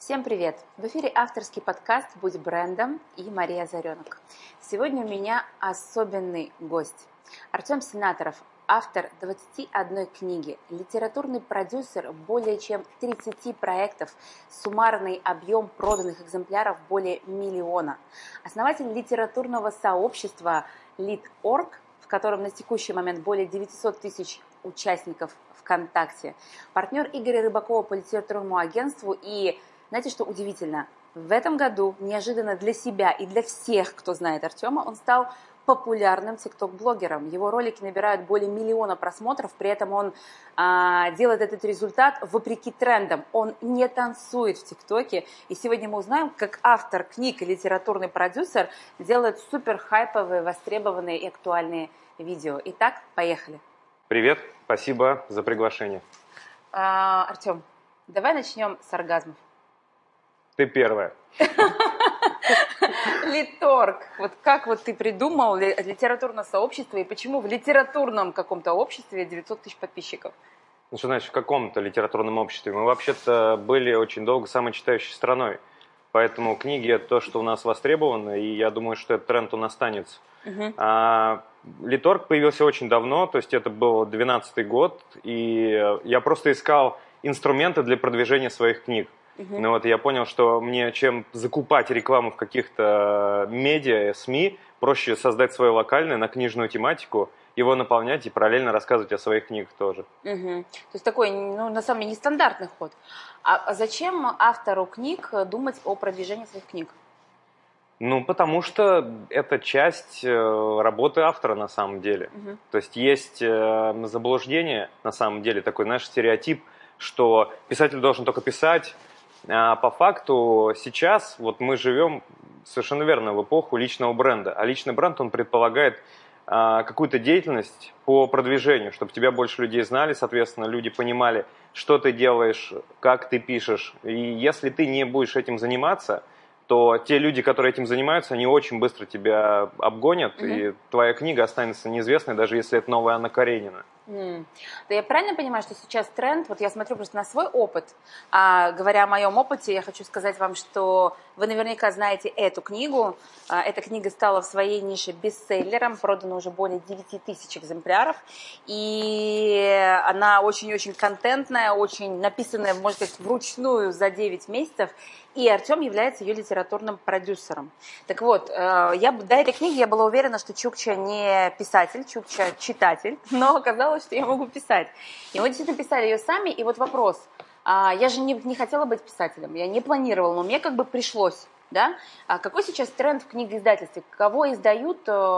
Всем привет! В эфире авторский подкаст «Будь брендом» и Мария Заренок. Сегодня у меня особенный гость. Артем Сенаторов, автор 21 книги, литературный продюсер более чем 30 проектов, суммарный объем проданных экземпляров более 1 миллиона, основатель литературного сообщества Lit.org, в котором на текущий момент более 900 тысяч участников ВКонтакте, партнер Игоря Рыбакова по литературному агентству и знаете, что удивительно? В этом году, неожиданно для себя и для всех, кто знает Артема, он стал популярным тикток-блогером. Его ролики набирают более 1 миллиона просмотров, при этом он делает этот результат вопреки трендам. Он не танцует в тиктоке. И сегодня мы узнаем, как автор книг и литературный продюсер делает супер хайповые, востребованные и актуальные видео. Итак, поехали. Привет, спасибо за приглашение. Артем, давай начнем с оргазмов. Ты первая. Lit.org. Вот как вот ты придумал литературное сообщество и почему в литературном каком-то обществе 900 тысяч подписчиков? Ну что значит в каком-то литературном обществе? Мы вообще-то были очень долго самой читающей страной. Поэтому книги – это то, что у нас востребовано, и я думаю, что этот тренд у нас останется. Lit.org появился очень давно, то есть это был 2012 год, и я просто искал инструменты для продвижения своих книг. Ну вот я понял, что мне чем закупать рекламу в каких-то медиа, СМИ, проще создать свое локальное на книжную тематику, его наполнять и параллельно рассказывать о своих книгах тоже. То есть такой, на самом деле, нестандартный ход. А зачем автору книг думать о продвижении своих книг? Ну, потому что это часть работы автора на самом деле. То есть есть заблуждение, на самом деле, такой наш стереотип, что писатель должен только писать. А по факту сейчас вот мы живем совершенно верно в эпоху личного бренда. А личный бренд, он предполагает какую-то деятельность по продвижению, чтобы тебя больше людей знали, соответственно, люди понимали, что ты делаешь, как ты пишешь. И если ты не будешь этим заниматься, то те люди, которые этим занимаются, они очень быстро тебя обгонят, и твоя книга останется неизвестной, даже если это новая Анна Каренина. Да я правильно понимаю, что сейчас тренд, вот я смотрю просто на свой опыт, говоря о моем опыте, я хочу сказать вам, что вы наверняка знаете эту книгу. Эта книга стала в своей нише бестселлером, продано уже более 9 тысяч экземпляров, и она очень-очень контентная, очень написанная, можно сказать, вручную за 9 месяцев, и Артем является ее литературным продюсером. Так вот, до этой книги я была уверена, что Чукча не писатель, Чукча читатель, но оказалось, что я могу писать. И мы действительно писали ее сами, и вот вопрос. Я же не хотела быть писателем, я не планировала, но мне как бы пришлось. Да? Какой сейчас тренд в книгоиздательстве? Кого издают,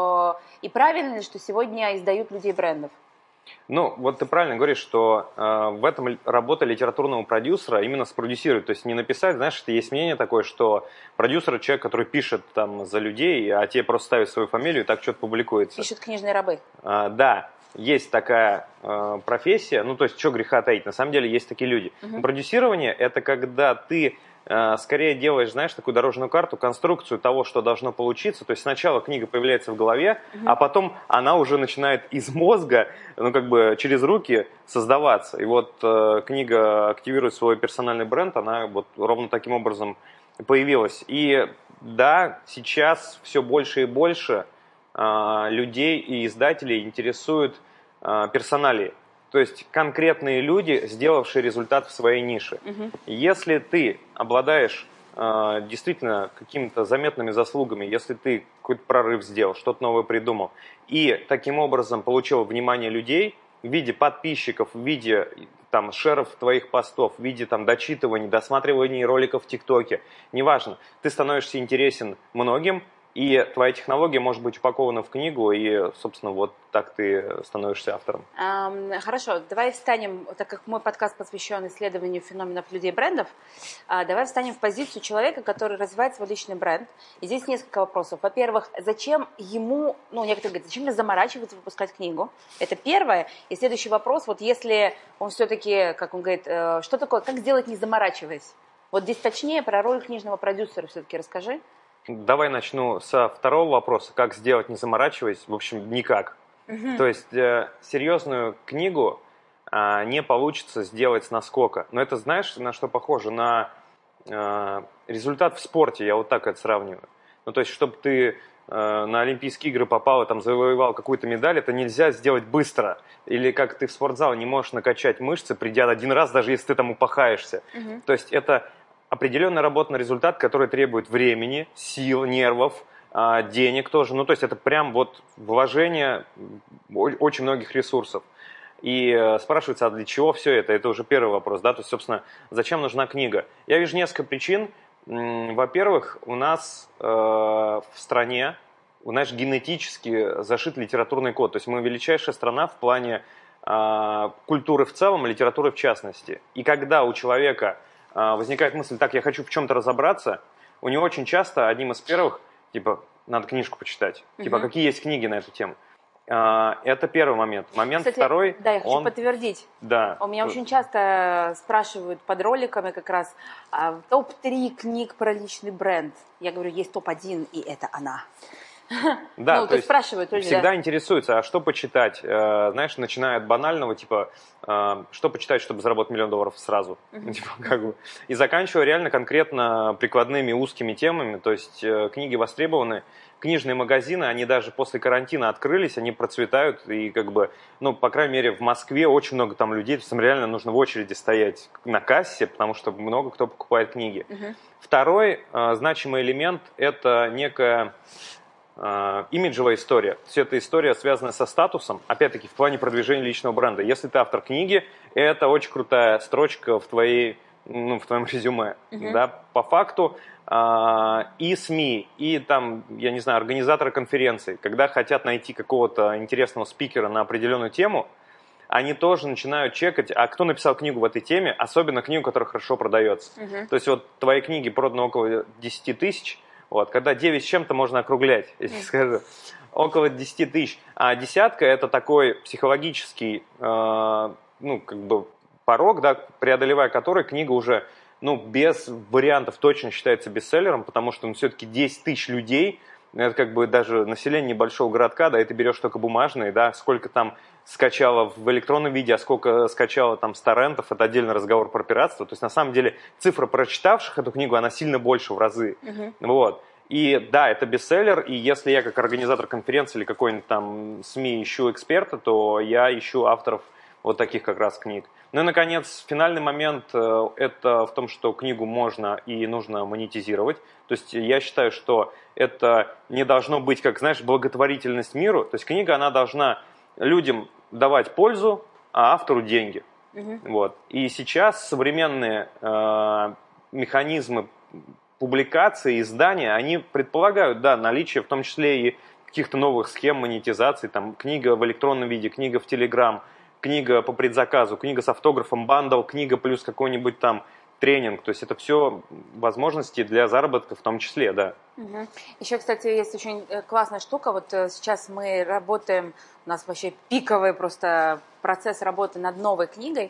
и правильно ли, что сегодня издают людей брендов? Ну, вот ты правильно говоришь, что в этом работа литературного продюсера именно спродюсировать, то есть не написать, знаешь, это есть мнение такое, что продюсер – это человек, который пишет там за людей, а те просто ставят свою фамилию и так что-то публикуется. Пишут книжные рабы. Да, есть такая профессия, ну, то есть, что греха таить, на самом деле есть такие люди. Продюсирование – это когда ты скорее делаешь, знаешь, такую дорожную карту, конструкцию того, что должно получиться. То есть сначала книга появляется в голове, а потом она уже начинает из мозга, ну как бы через руки создаваться. И вот книга активирует свой персональный бренд, она вот ровно таким образом появилась. И да, сейчас все больше и больше людей и издателей интересуют персоналии. То есть конкретные люди, сделавшие результат в своей нише. Если ты обладаешь действительно какими-то заметными заслугами, если ты какой-то прорыв сделал, что-то новое придумал, и таким образом получил внимание людей в виде подписчиков, в виде там, шеров твоих постов, в виде там, дочитываний, досматриваний роликов в ТикТоке, неважно, ты становишься интересен многим, и твоя технология может быть упакована в книгу, и, собственно, вот так ты становишься автором. Хорошо, давай встанем, так как мой подкаст посвящен исследованию феноменов людей брендов, давай встанем в позицию человека, который развивает свой личный бренд. И здесь несколько вопросов. Во-первых, зачем ему, некоторые говорят, зачем мне заморачиваться, выпускать книгу? Это первое. И следующий вопрос, вот если он все-таки, как он говорит, что такое, как сделать не заморачиваясь? Вот здесь точнее про роль книжного продюсера все-таки расскажи. Давай начну со второго вопроса. Как сделать, не заморачиваясь? В общем, никак. То есть серьезную книгу не получится сделать с наскока. Но это знаешь, на что похоже? На результат в спорте, я вот так это сравниваю. Ну, то есть, чтобы ты на Олимпийские игры попал и там завоевал какую-то медаль, это нельзя сделать быстро. Или как ты в спортзал не можешь накачать мышцы, придя один раз, даже если ты там упахаешься. То есть это определенная работа на результат, который требует времени, сил, нервов, денег тоже. Ну, то есть это прям вот вложение очень многих ресурсов. И спрашивается, а для чего все это? Это уже первый вопрос, да, то есть, собственно, зачем нужна книга? Я вижу несколько причин. Во-первых, у нас в стране, знаешь, генетически зашит литературный код. То есть мы величайшая страна в плане культуры в целом, литературы в частности. И когда у человека возникает мысль, так, я хочу в чем-то разобраться, у него очень часто одним из первых, типа, надо книжку почитать. Типа, какие есть книги на эту тему. Это первый момент. Кстати, второй... Да, я хочу подтвердить. Да. У меня очень часто спрашивают под роликами как раз топ-3 книг про личный бренд. Я говорю, есть топ-1, и это она. Да, ну, то есть спрашивают тоже, всегда интересуются, а что почитать? Знаешь, начиная от банального, типа, что почитать, чтобы заработать $1 000 000 сразу? Типа, как бы. И заканчивая реально конкретно прикладными узкими темами. То есть книги востребованы. Книжные магазины, они даже после карантина открылись, они процветают, и как бы, ну, по крайней мере, в Москве очень много там людей, то есть там реально нужно в очереди стоять на кассе, потому что много кто покупает книги. Второй значимый элемент – это некая имиджевая история. То есть это история, связанная со статусом, опять-таки, в плане продвижения личного бренда. Если ты автор книги, это очень крутая строчка в твоем резюме. Да? По факту, и СМИ, и там, я не знаю, организаторы конференций, когда хотят найти какого-то интересного спикера на определенную тему, они тоже начинают чекать, а кто написал книгу в этой теме, особенно книгу, которая хорошо продается. То есть вот твои книги продано около 10 тысяч, вот, когда 9 с чем-то можно округлять, если скажу, около 10 тысяч. А десятка – это такой психологический, порог, да, преодолевая который книга уже, без вариантов точно считается бестселлером, потому что все-таки 10 тысяч людей, это как бы даже население небольшого городка, да, и ты берешь только бумажные, да, сколько там скачало в электронном виде, а сколько скачало там с торрентов, это отдельный разговор про пиратство. То есть на самом деле цифра прочитавших эту книгу, она сильно больше в разы. Вот. И да, это бестселлер, и если я как организатор конференции или какой-нибудь там СМИ ищу эксперта, то я ищу авторов вот таких как раз книг. Ну и, наконец, финальный момент – это в том, что книгу можно и нужно монетизировать. То есть я считаю, что это не должно быть, как, знаешь, благотворительность миру. То есть книга, она должна людям давать пользу, а автору деньги. Вот. И сейчас современные механизмы публикации, издания, они предполагают, да, наличие в том числе и каких-то новых схем монетизации, там, книга в электронном виде, книга в Telegram, книга по предзаказу, книга с автографом, бандл, книга плюс какой-нибудь там тренинг. То есть это все возможности для заработка в том числе, да. Еще, кстати, есть очень классная штука. Вот сейчас мы работаем, у нас вообще пиковый просто процесс работы над новой книгой.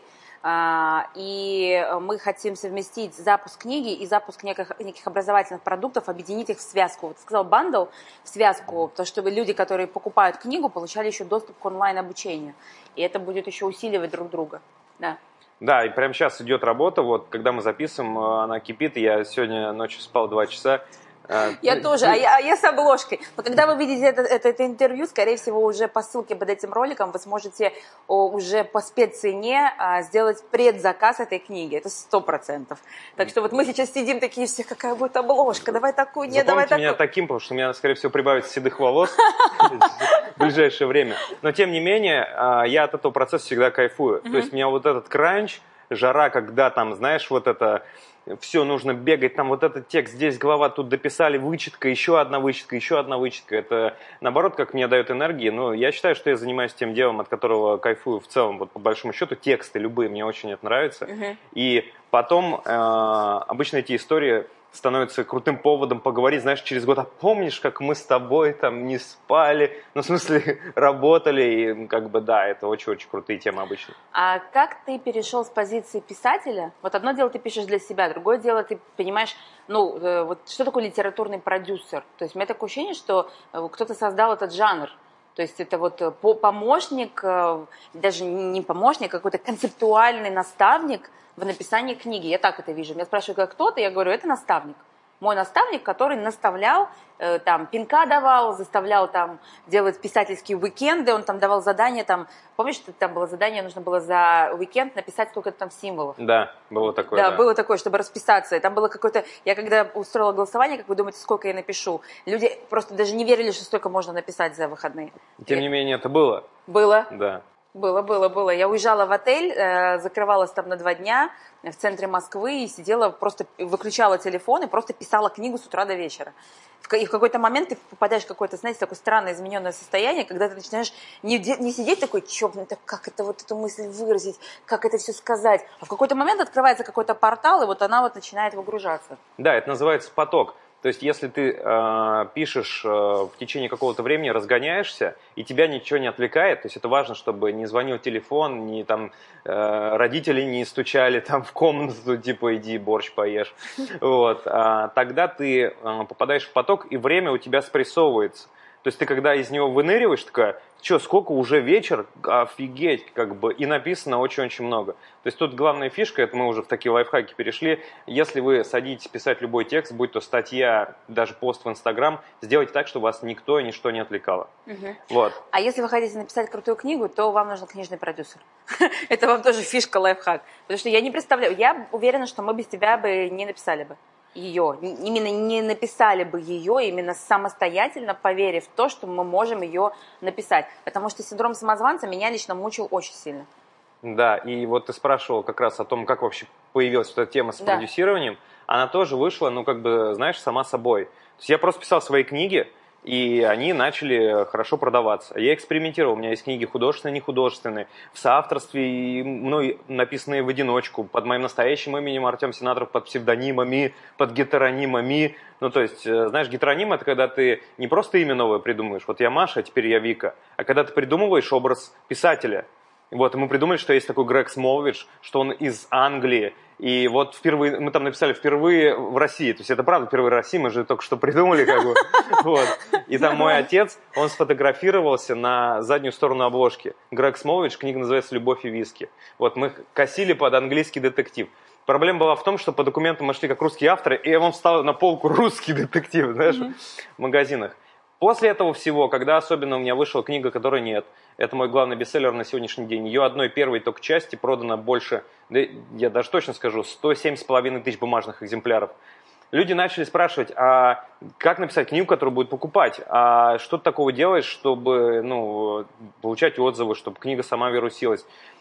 И мы хотим совместить запуск книги и запуск неких образовательных продуктов, объединить их в связку. Вот сказал бандл в связку, то чтобы люди, которые покупают книгу, получали еще доступ к онлайн-обучению. И это будет еще усиливать друг друга. Да. Да, и прямо сейчас идет работа, вот когда мы записываем, она кипит, я сегодня ночью спал 2 часа. Я тоже, а я с обложкой. Но когда вы видите это интервью, скорее всего, уже по ссылке под этим роликом вы сможете уже по спеццене сделать предзаказ этой книги. Это 100%. Так что вот мы сейчас сидим такие все, какая будет обложка, давай такую, нет, давай такую. Меня таким, потому что у меня, скорее всего, прибавится седых волос в ближайшее время. Но, тем не менее, я от этого процесса всегда кайфую. То есть у меня вот этот кранч, жара, когда там, знаешь, вот это... Все, нужно бегать, там вот этот текст, здесь глава, тут дописали, вычетка, еще одна вычетка, еще одна вычетка. Это, наоборот, как мне дает энергии. Но я считаю, что я занимаюсь тем делом, от которого кайфую в целом, вот по большому счету, тексты любые, мне очень это нравится. И потом обычно эти истории становятся крутым поводом поговорить, знаешь, через год, а помнишь, как мы с тобой там не спали, ну, в смысле, работали, и как бы, да, это очень-очень крутые темы обычно. А как ты перешел с позиции писателя? Вот одно дело ты пишешь для себя, другое дело ты понимаешь, вот что такое литературный продюсер? То есть у меня такое ощущение, что кто-то создал этот жанр. То есть это вот помощник, даже не помощник, а какой-то концептуальный наставник в написании книги. Я так это вижу. Меня спрашивают, как кто-то, я говорю, это наставник. Мой наставник, который наставлял, там, пинка давал, заставлял там делать писательские уикенды, он там давал задания, там, помнишь, там было задание, нужно было за уикенд написать сколько-то там символов? Да, было такое. Да, было такое, чтобы расписаться. И там было какое-то, я когда устроила голосование, как вы думаете, сколько я напишу? Люди просто даже не верили, что столько можно написать за выходные. Тем не менее, это было. Было? Да. Было. Я уезжала в отель, закрывалась там на 2 дня в центре Москвы и сидела, просто выключала телефон и просто писала книгу с утра до вечера. И в какой-то момент ты попадаешь в какое-то, знаете, такое странное измененное состояние, когда ты начинаешь не сидеть такой чёпнутый, как это вот эту мысль выразить, как это все сказать, а в какой-то момент открывается какой-то портал, и вот она вот начинает выгружаться. Да, это называется поток. То есть, если ты пишешь в течение какого-то времени, разгоняешься, и тебя ничего не отвлекает, то есть это важно, чтобы не звонил телефон, ни там родители не стучали там в комнату, типа иди борщ поешь, вот, тогда ты попадаешь в поток, и время у тебя спрессовывается. То есть ты когда из него выныриваешь, такая, что, сколько уже вечер, офигеть, как бы, и написано очень-очень много. То есть тут главная фишка, это мы уже в такие лайфхаки перешли, если вы садитесь писать любой текст, будь то статья, даже пост в Инстаграм, сделайте так, чтобы вас никто и ничто не отвлекало. Угу. Вот. А если вы хотите написать крутую книгу, то вам нужен книжный продюсер. Это вам тоже фишка, лайфхак. Потому что я не представляю, я уверена, что мы без тебя бы не написали бы ее, именно не написали бы ее, именно самостоятельно поверив в то, что мы можем ее написать. Потому что синдром самозванца меня лично мучил очень сильно. Да, и вот ты спрашивал как раз о том, как вообще появилась эта тема с продюсированием. Она тоже вышла, ну, как бы, знаешь, сама собой. То есть я просто писал свои книги, и они начали хорошо продаваться. Я экспериментировал, у меня есть книги художественные, нехудожественные, в соавторстве, и мной написанные в одиночку, под моим настоящим именем Артем Сенаторов, под псевдонимами, под гетеронимами. Ну, то есть, знаешь, гетероним – это когда ты не просто имя новое придумываешь, вот я Маша, а теперь я Вика, а когда ты придумываешь образ писателя. Вот, и мы придумали, что есть такой Грег Смолвидж, что он из Англии, и вот впервые, мы там написали впервые в России, то есть это правда впервые в России, мы же только что придумали, как бы, вот. И там мой отец, он сфотографировался на заднюю сторону обложки. Грег Смолвидж, книга называется «Любовь и виски». Вот, мы косили под английский детектив. Проблема была в том, что по документам мы шли как русские авторы, и он встал на полку русский детектив, знаешь, в магазинах. После этого всего, когда особенно у меня вышла книга, которой нет, это мой главный бестселлер на сегодняшний день, ее одной первой только части продано больше, да, я даже точно скажу, 107,5 тысяч бумажных экземпляров. Люди начали спрашивать, а как написать книгу, которую будут покупать, а что ты такого делаешь, чтобы получать отзывы, чтобы книга сама вирусилась.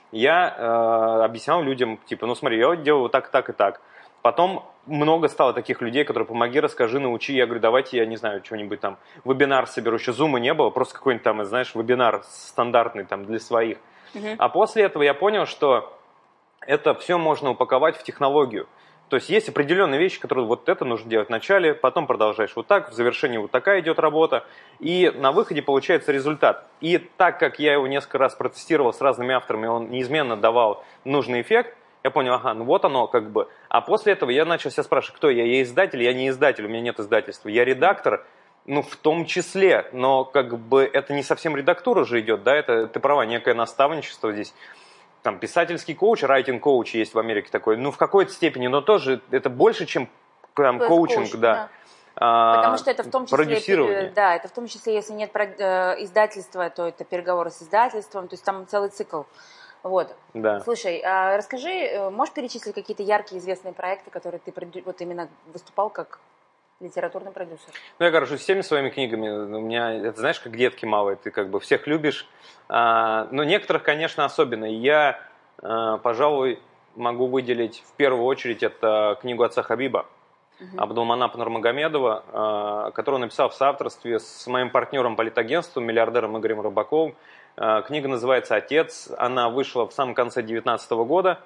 Я объяснял людям, типа, смотри, я делаю вот так, так и так. Потом много стало таких людей, которые помоги, расскажи, научи. Я говорю, давайте, я не знаю, что-нибудь там, вебинар соберу. Еще зума не было, просто какой-нибудь там, знаешь, вебинар стандартный там для своих. А после этого я понял, что это все можно упаковать в технологию. То есть есть определенные вещи, которые вот это нужно делать в начале, потом продолжаешь вот так, в завершении вот такая идет работа, и на выходе получается результат. И так как я его несколько раз протестировал с разными авторами, он неизменно давал нужный эффект, я понял, ага, ну вот оно как бы. А после этого я начал себя спрашивать, кто я? Я издатель, я не издатель, у меня нет издательства. Я редактор, ну в том числе, но как бы это не совсем редактура же идет, да, это, ты права, некое наставничество здесь. Там писательский коуч, райтинг-коуч есть в Америке такой, ну в какой-то степени, но тоже это больше, чем прям коучинг, да. Потому что это в том числе, продюсирование. Да, это в том числе, если нет издательства, то это переговоры с издательством, то есть там целый цикл. Вот. Да. Слушай, расскажи, можешь перечислить какие-то яркие известные проекты, которые ты вот именно выступал как литературный продюсер? Ну, я горжусь всеми своими книгами. У меня, это знаешь, как детки малые, ты как бы всех любишь. Но некоторых, конечно, особенно. Я, пожалуй, могу выделить в первую очередь это книгу отца Хабиба, Абдулманаба Нурмагомедова, которую написал в соавторстве с моим партнером политагентства, миллиардером Игорем Рыбаковым. Книга называется «Отец». Она вышла в самом конце 2019 года.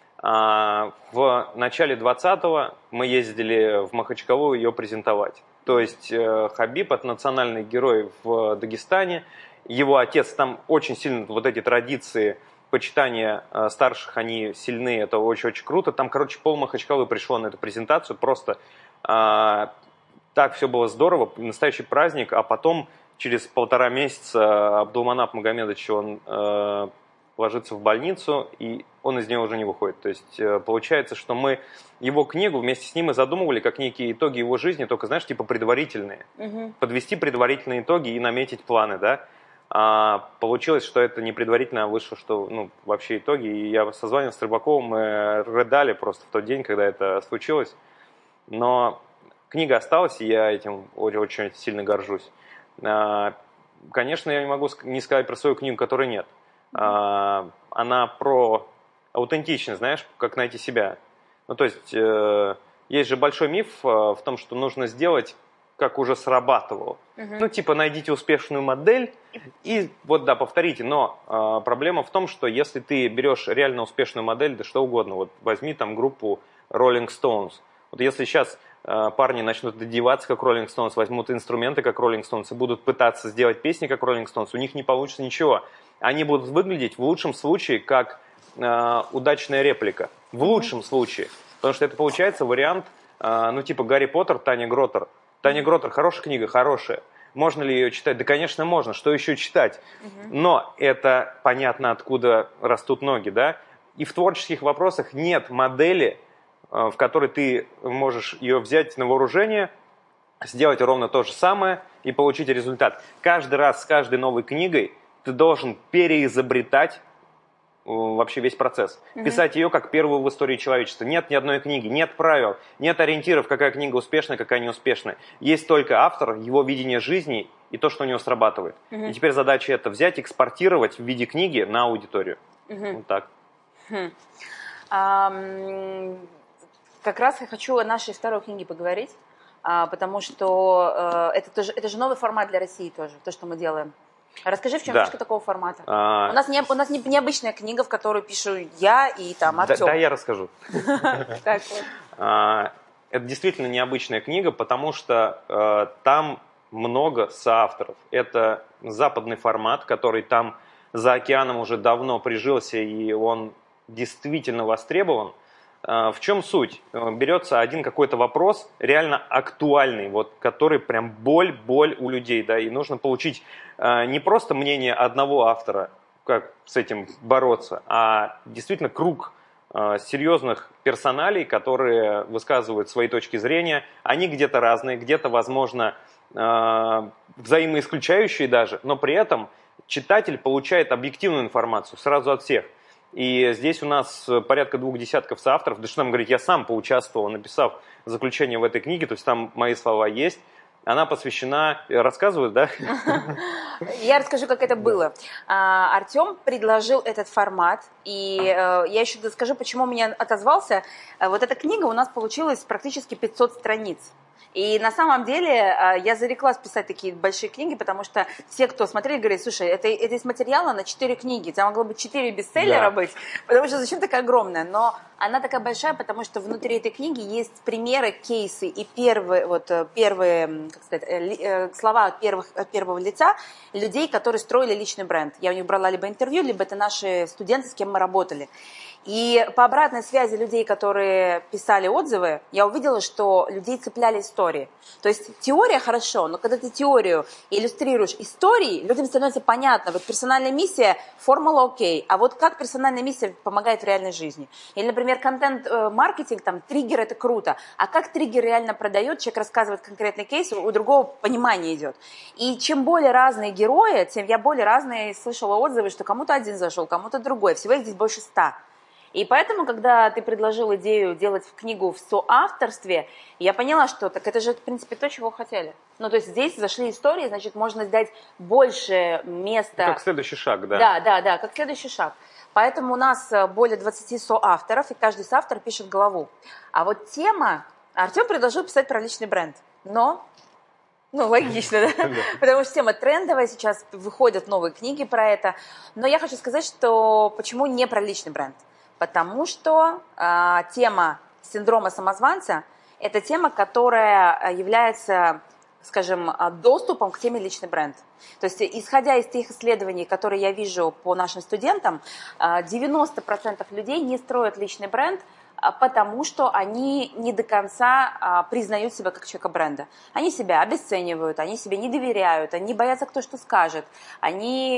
В начале 2020 мы ездили в Махачкалу ее презентовать. То есть Хабиб – это национальный герой в Дагестане. Его отец, там очень сильно вот эти традиции почитания старших, они сильны, это очень-очень круто. Там, короче, пол Махачкалы пришло на эту презентацию. Просто так все было здорово, настоящий праздник, а потом через 1,5 месяца Абдулманап Магомедович, он ложится в больницу, и он из нее уже не выходит. То есть получается, что мы его книгу вместе с ним и задумывали как некие итоги его жизни, только, знаешь, типа предварительные. Подвести предварительные итоги и наметить планы, да. А получилось, что это не предварительно, а вышло, что, ну, вообще итоги. И я созвонился с Рыбаковым, мы рыдали просто в тот день, когда это случилось. Но книга осталась, и я этим очень сильно горжусь. Конечно, я не могу не сказать про свою книгу, которой нет. Она про аутентичность, знаешь, как найти себя. Ну, то есть, есть же большой миф в том, что нужно сделать, как уже срабатывало. Ну, типа, найдите успешную модель и вот, да, повторите. Но проблема в том, что если ты берешь реально успешную модель, да что угодно, вот возьми там группу Rolling Stones. Вот если сейчас парни начнут одеваться как Rolling Stones, возьмут инструменты как Rolling Stones и будут пытаться сделать песни как Rolling Stones, у них не получится ничего. Они будут выглядеть в лучшем случае как удачная реплика. В лучшем случае. Потому что это получается вариант, ну типа Гарри Поттер, Таня Гротер. Таня Гротер хорошая книга? Хорошая. Можно ли ее читать? Да, конечно, можно. Что еще читать? Но это понятно, откуда растут ноги, да? И в творческих вопросах нет модели, в которой ты можешь ее взять на вооружение, сделать ровно то же самое и получить результат. Каждый раз с каждой новой книгой ты должен переизобретать вообще весь процесс. Писать ее как первую в истории человечества. Нет ни одной книги, нет правил, нет ориентиров, какая книга успешная, какая неуспешная. Есть только автор, его видение жизни и то, что у него срабатывает. И теперь задача это взять, экспортировать в виде книги на аудиторию. Вот так. Как раз я хочу о нашей второй книге поговорить, потому что это же новый формат для России тоже, то, что мы делаем. Расскажи, в чем фишка такого формата? У нас необычная книга, в которой пишу я и там Артем. Да, я расскажу. Это действительно необычная книга, потому что там много соавторов. Это западный формат, который там за океаном уже давно прижился, и он действительно востребован. В чем суть? Берется один какой-то вопрос, реально актуальный, вот, который прям боль у людей, да, и нужно получить не просто мнение одного автора, как с этим бороться, а действительно круг серьезных персоналей, которые высказывают свои точки зрения. Они где-то разные, где-то, возможно, взаимоисключающие даже, но при этом читатель получает объективную информацию сразу от всех. И здесь у нас порядка 2 десятков соавторов. Да что там говорить, я сам поучаствовал, написав заключение в этой книге, то есть там мои слова есть. Она посвящена... Рассказывают, да? Я расскажу, как это было. Артем предложил этот формат, и я еще скажу, почему меня отозвался. Вот эта книга у нас получилась практически 500 страниц. И на самом деле я зареклась писать такие большие книги, потому что все, кто смотрели, говорят, слушай, это из материала на 4 книги, там могло быть 4 бестселлера быть, потому что зачем такая огромная? Но она такая большая, потому что внутри этой книги есть примеры, кейсы и первые, как сказать, слова от первого лица людей, которые строили личный бренд. Я у них брала либо интервью, либо это наши студенты, с кем мы работали. И по обратной связи людей, которые писали отзывы, я увидела, что людей цепляли истории. То есть теория хорошо, но когда ты теорию иллюстрируешь историей, людям становится понятно. Вот персональная миссия, формула окей, а вот как персональная миссия помогает в реальной жизни. Или, например, контент-маркетинг, там, триггер – это круто. А как триггер реально продает, человек рассказывает конкретный кейс, у другого понимание идет. И чем более разные герои, тем я более разные слышала отзывы, что кому-то один зашел, кому-то другой. Всего их здесь больше 100. И поэтому, когда ты предложил идею делать книгу в соавторстве, я поняла, что так это же, в принципе, то, чего хотели. Ну, то есть здесь зашли истории, значит, можно дать больше места. Как следующий шаг, да. Да, как следующий шаг. Поэтому у нас более 20 соавторов, и каждый соавтор пишет главу. А вот тема... Артем предложил писать про личный бренд, но... логично, да? Потому что тема трендовая, сейчас выходят новые книги про это. Но я хочу сказать, что почему не про личный бренд? Потому что тема синдрома самозванца – это тема, которая является, скажем, доступом к теме личный бренд. То есть, исходя из тех исследований, которые я вижу по нашим студентам, 90% людей не строят личный бренд потому что они не до конца признают себя как человека бренда. Они себя обесценивают, они себе не доверяют, они боятся, кто что скажет, они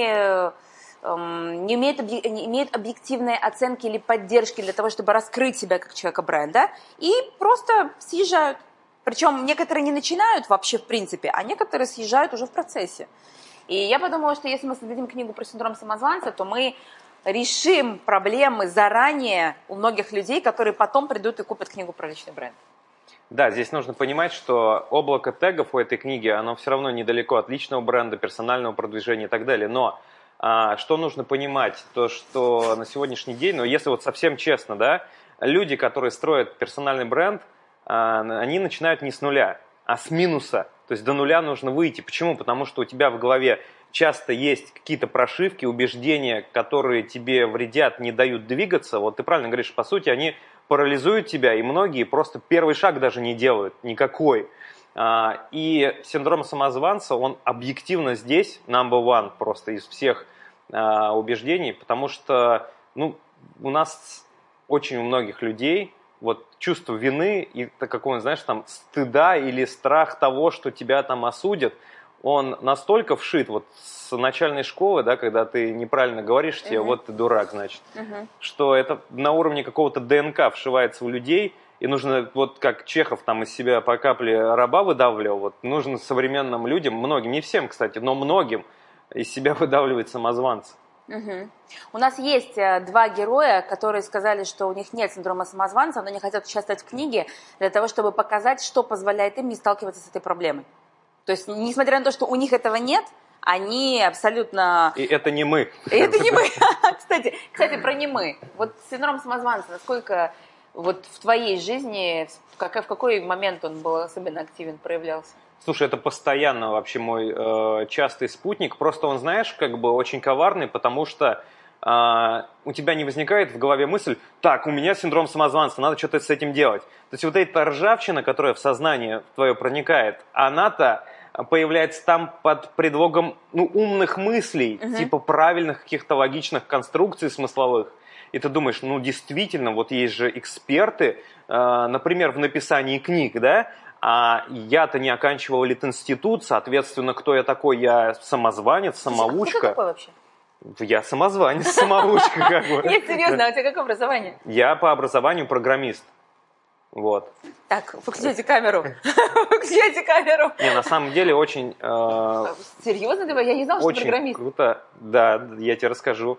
не имеют объективной оценки или поддержки для того, чтобы раскрыть себя как человека бренда, и просто съезжают. Причем некоторые не начинают вообще в принципе, а некоторые съезжают уже в процессе. И я подумала, что если мы создадим книгу про синдром самозванца, то мы решим проблемы заранее у многих людей, которые потом придут и купят книгу про личный бренд. Да, здесь нужно понимать, что облако тегов у этой книги, оно все равно недалеко от личного бренда, персонального продвижения и так далее. Но что нужно понимать, то что на сегодняшний день, ну если вот совсем честно, да, люди, которые строят персональный бренд, они начинают не с нуля, а с минуса. То есть до нуля нужно выйти. Почему? Потому что у тебя в голове часто есть какие-то прошивки, убеждения, которые тебе вредят, не дают двигаться. Вот ты правильно говоришь, по сути, они парализуют тебя, и многие просто первый шаг даже не делают, никакой. И синдром самозванца, он объективно здесь number one просто из всех убеждений, потому что у нас очень у многих людей вот чувство вины и какого-то, знаешь, там стыда или страх того, что тебя там осудят, он настолько вшит вот с начальной школы, да, когда ты неправильно говоришь, тебе вот ты дурак, значит, что это на уровне какого-то ДНК вшивается у людей, и нужно, вот как Чехов там из себя по капле раба выдавливал, вот нужно современным людям, многим, не всем, кстати, но многим из себя выдавливать самозванца. У нас есть два героя, которые сказали, что у них нет синдрома самозванца, но они хотят участвовать в книге для того, чтобы показать, что позволяет им не сталкиваться с этой проблемой. То есть, несмотря на то, что у них этого нет, они абсолютно... И это не мы. И это не мы. Кстати, про не мы. Вот синдром самозванца, насколько вот в твоей жизни, в какой момент он был особенно активен, проявлялся? Слушай, это постоянно вообще мой частый спутник. Просто он, знаешь, как бы очень коварный, потому что у тебя не возникает в голове мысль, так, у меня синдром самозванца, надо что-то с этим делать. То есть вот эта ржавчина, которая в сознание твое проникает, она-то появляется там под предлогом умных мыслей, типа правильных каких-то логичных конструкций смысловых. И ты думаешь, действительно, вот есть же эксперты, например, в написании книг, да, а я-то не оканчивал литинститут, соответственно, кто я такой? Я самозванец, самоучка. Ты какой вообще? Я самозванец, самоучка. Как бы. Нет, серьезно, а у тебя какое образование? Я по образованию программист. Вот. Так, включайте камеру. Включайте камеру. Не, на самом деле очень... Серьезно? Я не знала, что ты программист. Очень круто. Да, я тебе расскажу.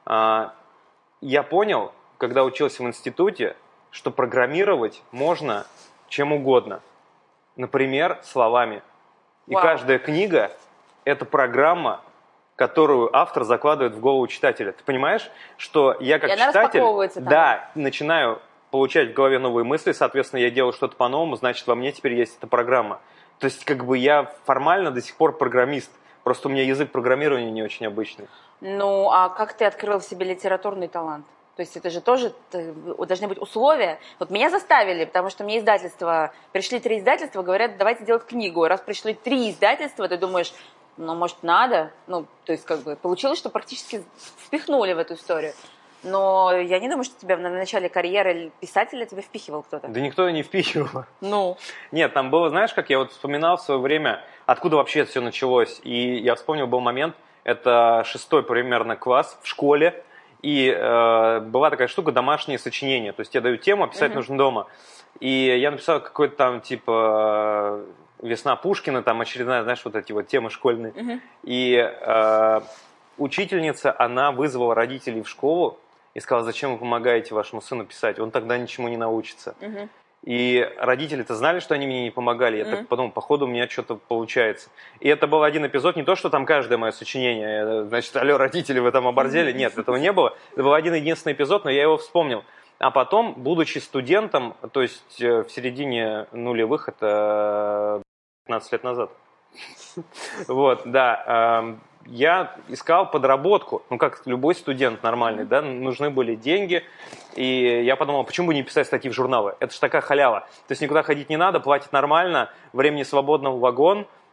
Я понял, когда учился в институте, что программировать можно чем угодно. Например, словами. И каждая книга – это программа, которую автор закладывает в голову читателя. Ты понимаешь, что я как читатель начинаю получать в голове новые мысли, соответственно, я делаю что-то по-новому, значит, во мне теперь есть эта программа. То есть, как бы я формально до сих пор программист, просто у меня язык программирования не очень обычный. Ну, а как ты открыл в себе литературный талант? То есть это же тоже должны быть условия. Вот меня заставили, потому что мне пришли 3 издательства, говорят, давайте делать книгу. И раз пришли 3 издательства, ты думаешь, может, надо? То есть, как бы, получилось, что практически впихнули в эту историю. Но я не думаю, что тебя на начале карьеры писателя тебя впихивал кто-то. Да никто не впихивал. Ну? Нет, там было, знаешь, как я вот вспоминал в свое время, откуда вообще это все началось. И я вспомнил, был момент, это 6-й примерно класс в школе. И была такая штука, домашние сочинения. То есть тебе дают тему, а писать нужно дома. И я написал какой-то там, типа, «Весна Пушкина», там очередная, знаешь, вот эти вот темы школьные. И учительница, она вызвала родителей в школу и сказала, зачем вы помогаете вашему сыну писать, он тогда ничему не научится. И родители-то знали, что они мне не помогали. Я так подумал, походу у меня что-то получается. И это был один эпизод, не то, что там каждое мое сочинение, значит, алло, родители, вы там оборзели. Нет, этого не было. Это был один единственный эпизод, но я его вспомнил. А потом, будучи студентом, то есть в середине нулевых, это 15 лет назад. Вот, да. Я искал подработку, как любой студент нормальный, да, нужны были деньги, и я подумал, почему бы не писать статьи в журналы, это же такая халява, то есть никуда ходить не надо, платят нормально, времени свободного вагон,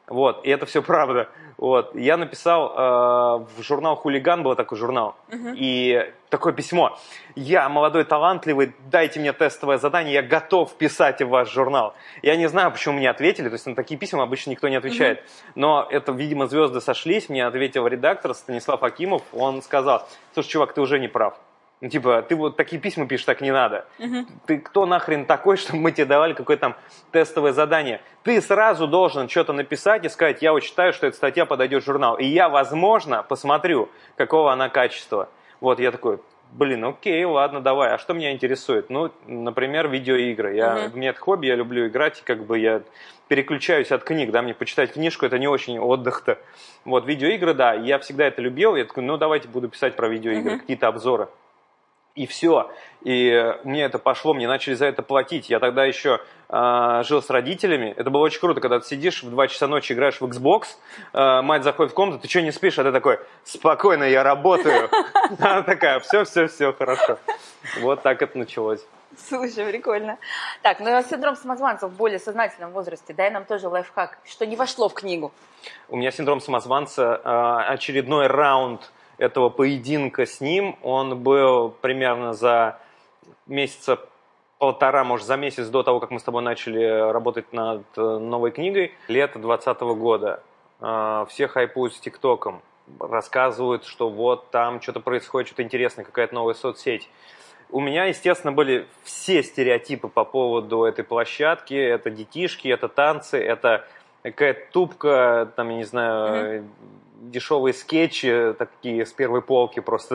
Вот, и это все правда. Вот, я написал в журнал «Хулиган», был такой журнал, и такое письмо. Я молодой, талантливый, дайте мне тестовое задание, я готов писать в ваш журнал. Я не знаю, почему мне ответили, то есть на такие письма обычно никто не отвечает. Но это, видимо, звезды сошлись, мне ответил редактор Станислав Акимов, он сказал: слушай, чувак, ты уже не прав. Ну, типа, ты вот такие письма пишешь, так не надо. Ты кто нахрен такой, чтобы мы тебе давали какое-то там тестовое задание? Ты сразу должен что-то написать и сказать: я вот считаю, что эта статья подойдет в журнал. И я, возможно, посмотрю, какого она качества. Вот, я такой: блин, окей, ладно, давай. А что меня интересует? Ну, например, видеоигры. У меня это хобби, я люблю играть, и как бы я переключаюсь от книг, да, мне почитать книжку, это не очень отдых-то. Вот, видеоигры, да, я всегда это любил. Я такой: ну, давайте буду писать про видеоигры, какие-то обзоры. И все. И мне это пошло, мне начали за это платить. Я тогда еще жил с родителями. Это было очень круто, когда ты сидишь в 2 часа ночи, играешь в Xbox, мать заходит в комнату, ты что, не спишь? А ты такой: спокойно, я работаю. Она такая: все, хорошо. Вот так это началось. Слушай, прикольно. Так, ну синдром самозванца в более сознательном возрасте. Дай нам тоже лайфхак, что не вошло в книгу. У меня синдром самозванца, очередной раунд этого поединка с ним, он был примерно за месяца полтора, может, за месяц до того, как мы с тобой начали работать над новой книгой, лето 2020 года. Все хайпуют с ТикТоком, рассказывают, что вот там что-то происходит, что-то интересное, какая-то новая соцсеть. У меня, естественно, были все стереотипы по поводу этой площадки. Это детишки, это танцы, это какая-то тупка, там, я не знаю, дешевые скетчи, такие с первой полки просто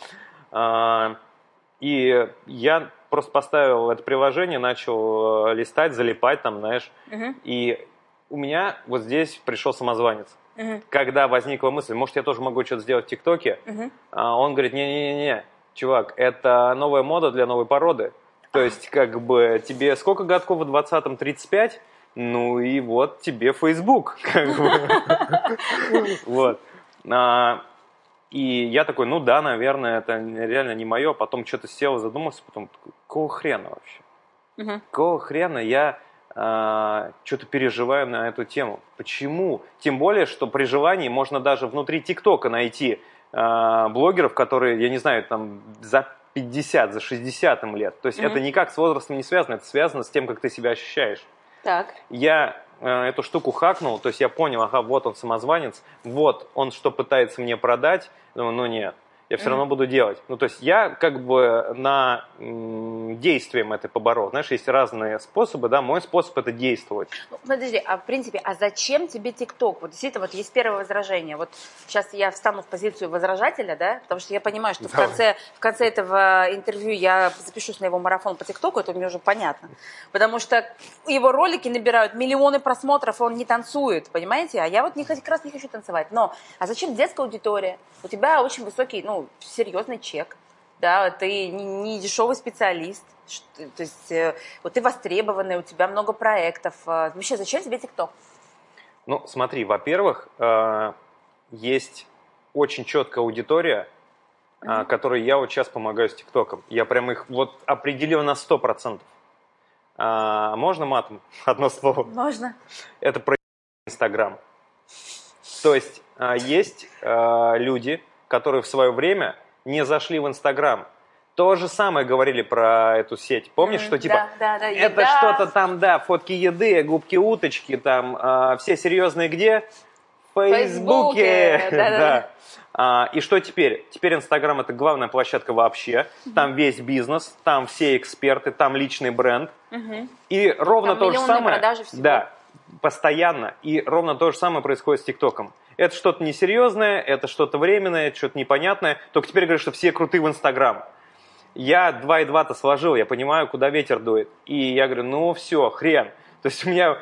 там. И я просто поставил это приложение, начал листать, залипать там, знаешь. И у меня вот здесь пришел самозванец. Когда возникла мысль: может, я тоже могу что-то сделать в ТикТоке, он говорит: не-не-не, чувак, это новая мода для новой породы. То есть, как бы, тебе сколько годков в 20-м? 35? Ну и вот тебе Facebook. Вот. И я такой: ну да, наверное, это реально не мое. Потом что-то сел, задумался, потом такой: какого хрена вообще? Какого хрена я что-то переживаю на эту тему? Почему? Тем более, что при желании можно даже внутри ТикТока найти блогеров, которые, я не знаю, там за 50, за 60 им лет. То есть это никак с возрастом не связано, это связано с тем, как ты себя ощущаешь. Так. Я эту штуку хакнул, то есть я понял: ага, вот он самозванец, вот он что пытается мне продать, ну нет, я все равно буду делать. Ну, то есть я как бы на действием это поборол. Знаешь, есть разные способы, да, мой способ — это действовать. Ну, подожди, а в принципе, а зачем тебе ТикТок? Вот действительно, вот есть первое возражение. Вот сейчас я встану в позицию возражателя, да, потому что я понимаю, что в конце этого интервью я запишусь на его марафон по ТикТоку, это мне уже понятно. Потому что его ролики набирают миллионы просмотров, и он не танцует, понимаете? А я вот как раз не хочу танцевать. Но, а зачем детская аудитория? У тебя очень высокий, серьезный чек, да, ты не дешевый специалист, то есть вот ты востребованный, у тебя много проектов. Вообще, зачем тебе ТикТок? Ну, смотри, во-первых, есть очень четкая аудитория, которой я вот сейчас помогаю с ТикТоком. Я прям их вот определил на 100%. Можно матом? Одно слово. Можно. Это про Инстаграм. То есть есть люди, которые в свое время не зашли в Инстаграм. То же самое говорили про эту сеть. Помнишь, что типа это что-то там, да, фотки еды, губки уточки, там все серьезные где? В Фейсбуке. Да. И что теперь? Теперь Инстаграм — это главная площадка вообще. Там весь бизнес, там все эксперты, там личный бренд. И ровно там то же самое. Всего. Да, постоянно. И ровно то же самое происходит с ТикТоком. Это что-то несерьезное, это что-то временное, это что-то непонятное. Только теперь говорят, что все крутые в Инстаграм. Я 2 и 2-то сложил, я понимаю, куда ветер дует. И я говорю: ну все, хрен. То есть у меня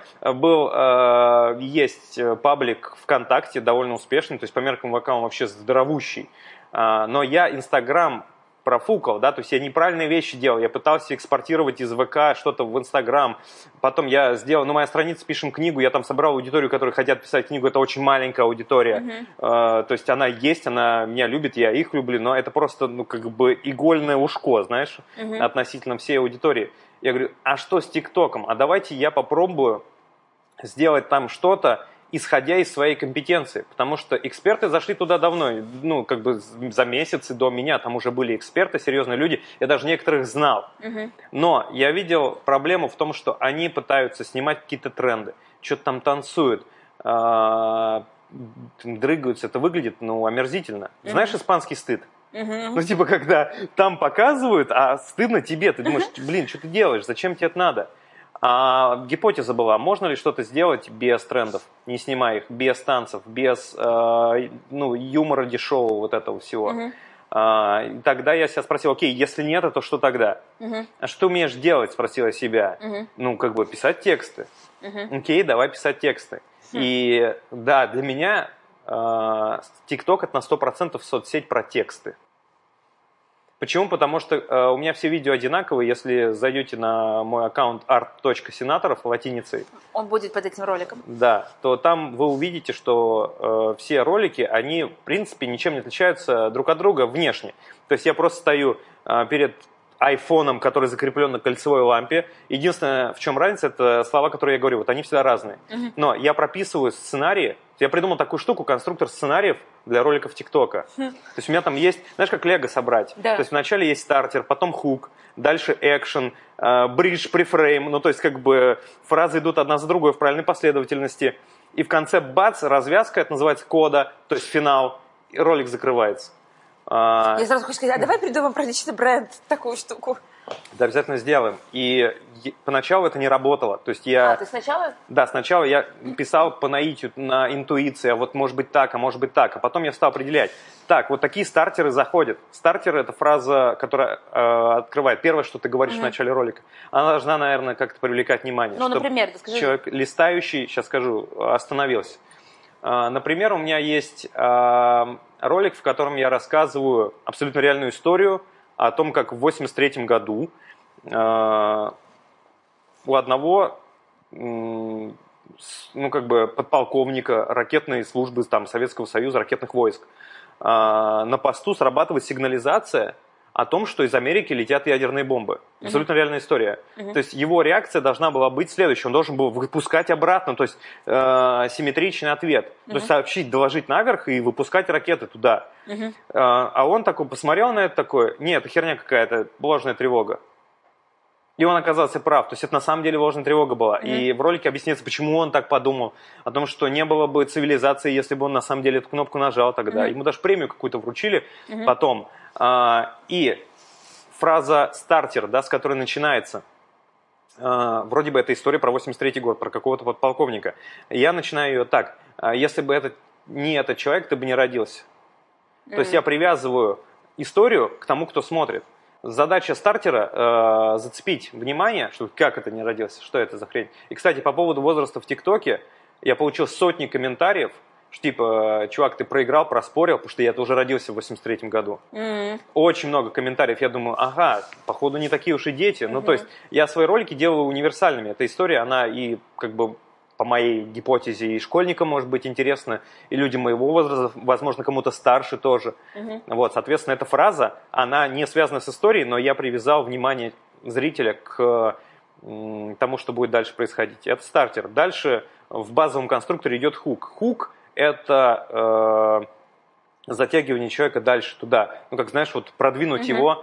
есть паблик ВКонтакте, довольно успешный, то есть по меркам ВК он вообще здоровущий. Но я Инстаграм профукал, да, то есть я неправильные вещи делал, я пытался экспортировать из ВК что-то в Инстаграм, потом я сделал, моя страница «Пишем книгу», я там собрал аудиторию, которые хотят писать книгу, это очень маленькая аудитория, то есть она есть, она меня любит, я их люблю, но это просто, как бы игольное ушко, знаешь, относительно всей аудитории. Я говорю: а что с ТикТоком? А давайте я попробую сделать там что-то исходя из своей компетенции, потому что эксперты зашли туда давно, ну, как бы за месяцы до меня, там уже были эксперты, серьезные люди, я даже некоторых знал. Но я видел проблему в том, что они пытаются снимать какие-то тренды, что-то там танцуют, дрыгаются, это выглядит, ну, омерзительно. Знаешь испанский стыд? Ну, типа, когда там показывают, а стыдно тебе, ты думаешь, блин, что ты делаешь, зачем тебе это надо? А гипотеза была, можно ли что-то сделать без трендов, не снимая их, без танцев, без юмора дешевого вот этого всего. Тогда я себя спросил, окей, если нет, то что тогда? А что ты умеешь делать, спросила себя. Ну, как бы писать тексты. Окей, давай писать тексты. И да, для меня TikTok это на 100% соцсеть про тексты. Почему? Потому что у меня все видео одинаковые. Если зайдете на мой аккаунт art.senatorov латиницей, он будет под этим роликом. Да, то там вы увидите, что все ролики, они в принципе ничем не отличаются друг от друга внешне. То есть я просто стою перед айфоном, который закреплен на кольцевой лампе. Единственное, в чем разница, это слова, которые я говорю. Вот они всегда разные. Но я прописываю сценарии. Я придумал такую штуку, конструктор сценариев для роликов ТикТока. То есть у меня там есть, знаешь, как лего собрать. Да. То есть вначале есть стартер, потом хук, дальше экшен, бридж, префрейм. Ну, то есть как бы фразы идут одна за другой в правильной последовательности. И в конце бац, развязка, это называется кода, то есть финал, и ролик закрывается. Я сразу хочу сказать, а давай придумаем про личный бренд такую штуку. Да, обязательно сделаем. И поначалу это не работало. То есть ты сначала? Да, сначала я писал по наитию, на интуиции, а вот может быть так, а может быть так. А потом я стал определять. Так, вот такие стартеры заходят. Стартер – это фраза, которая открывает. Первое, что ты говоришь в начале ролика. Она должна, наверное, как-то привлекать внимание. Ну, например, скажи. Человек листающий, сейчас скажу, остановился. Например, у меня есть ролик, в котором я рассказываю абсолютно реальную историю о том, как в 1983 году у одного подполковника ракетной службы там, Советского Союза, ракетных войск, на посту срабатывает сигнализация о том, что из Америки летят ядерные бомбы. Абсолютно реальная история. То есть его реакция должна была быть следующей. Он должен был выпускать обратно, то есть симметричный ответ. То есть сообщить, доложить наверх и выпускать ракеты туда. А он такой посмотрел на это такой, нет, это херня какая-то, ложная тревога. И он оказался прав. То есть это на самом деле ложная тревога была. И в ролике объясняется, почему он так подумал. О том, что не было бы цивилизации, если бы он на самом деле эту кнопку нажал тогда. Ему даже премию какую-то вручили потом. И фраза «стартер», да, с которой начинается, вроде бы это история про 83-й год, про какого-то подполковника. Я начинаю ее так. Если бы не этот человек, ты бы не родился. То есть я привязываю историю к тому, кто смотрит. Задача стартера зацепить внимание, что как это не родился, что это за хрень. И, кстати, по поводу возраста в ТикТоке, я получил сотни комментариев, что типа, чувак, ты проиграл, проспорил, потому что я тоже родился в 83-м году. Очень много комментариев, я думаю, ага, походу не такие уж и дети. Ну, то есть, я свои ролики делаю универсальными. Эта история, она и как бы по моей гипотезе и школьникам может быть интересна, и людям моего возраста, возможно, кому-то старше тоже. Вот, соответственно, эта фраза, она не связана с историей, но я привязал внимание зрителя к тому, что будет дальше происходить. Это стартер. Дальше в базовом конструкторе идет хук. Хук – это затягивание человека дальше туда. Ну, как знаешь, вот продвинуть его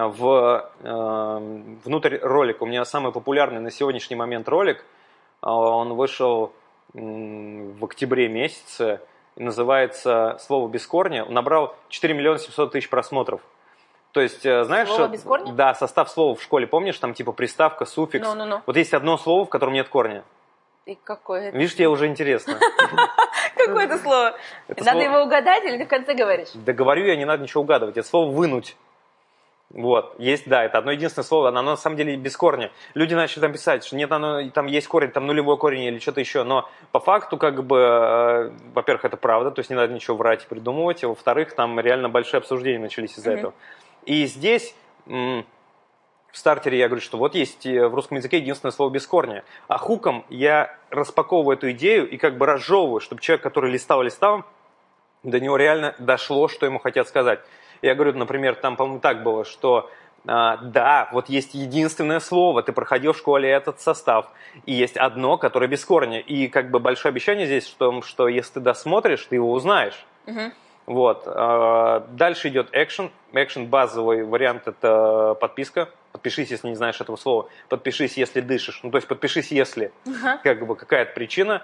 внутрь ролика. У меня самый популярный на сегодняшний момент ролик, он вышел в октябре месяце, и называется «Слово без корня». Он набрал 4 700 000 просмотров. То есть, знаешь, слово без корня? Да, состав слова в школе, помнишь, там типа приставка, суффикс. Вот есть одно слово, в котором нет корня. И какое это? Видишь, тебе уже интересно. Какое это слово? Надо его угадать или ты в конце говоришь? Да говорю я, не надо ничего угадывать. Это слово «вынуть». Вот, есть, да, это одно единственное слово, оно на самом деле без корня. Люди начали там писать, что нет, оно, там есть корень, там нулевой корень или что-то еще, но по факту, как бы, во-первых, это правда, то есть не надо ничего врать и придумывать, а во-вторых, там реально большие обсуждения начались из-за этого. И здесь, в стартере я говорю, что вот есть в русском языке единственное слово без корня, а хуком я распаковываю эту идею и как бы разжевываю, чтобы человек, который листал, до него реально дошло, что ему хотят сказать. Я говорю, например, там, по-моему, так было, что Да, вот есть единственное слово, ты проходил в школе этот состав, и есть одно, которое без корня. И как бы большое обещание здесь в том, что если ты досмотришь, ты его узнаешь. Вот. Дальше идет экшен. Экшен базовый вариант – это подписка. Подпишись, если не знаешь этого слова. Подпишись, если дышишь. Ну, то есть подпишись, если как бы какая-то причина.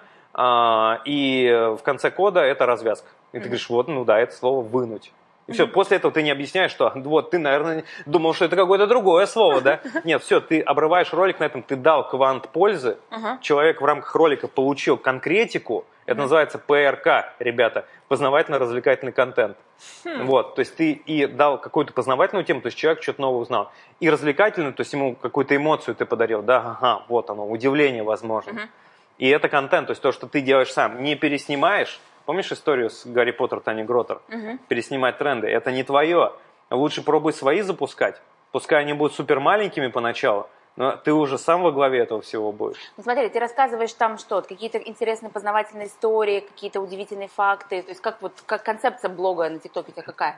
И в конце кода это развязка. И ты говоришь, вот, ну да, это слово «вынуть». И все, после этого ты не объясняешь, что вот ты, наверное, думал, что это какое-то другое слово, да? Нет, все, ты обрываешь ролик на этом, ты дал квант пользы, человек в рамках ролика получил конкретику, это называется ПРК, ребята, познавательно-развлекательный контент. Вот, то есть ты и дал какую-то познавательную тему, то есть человек что-то новое узнал. И развлекательную, то есть ему какую-то эмоцию ты подарил, да, ага, вот оно, удивление возможно. И это контент, то есть то, что ты делаешь сам, не переснимаешь. Помнишь историю с Гарри Поттер, Тани Гроттер? Переснимать тренды. Это не твое. Лучше пробуй свои запускать. Пускай они будут супер маленькими поначалу, но ты уже сам во главе этого всего будешь. Ну, смотри, ты рассказываешь там что? Какие-то интересные познавательные истории, какие-то удивительные факты. То есть как концепция блога на ТикТоке у тебя какая?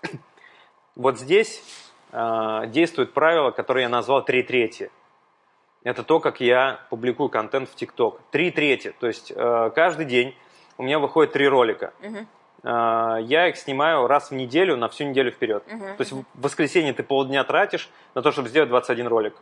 Вот здесь действует правило, которое я назвал 3/3. Это то, как я публикую контент в ТикТок. 3/3. То есть каждый день у меня выходит 3 ролика. Я их снимаю раз в неделю, на всю неделю вперед. То есть в воскресенье ты полдня тратишь на то, чтобы сделать 21 ролик.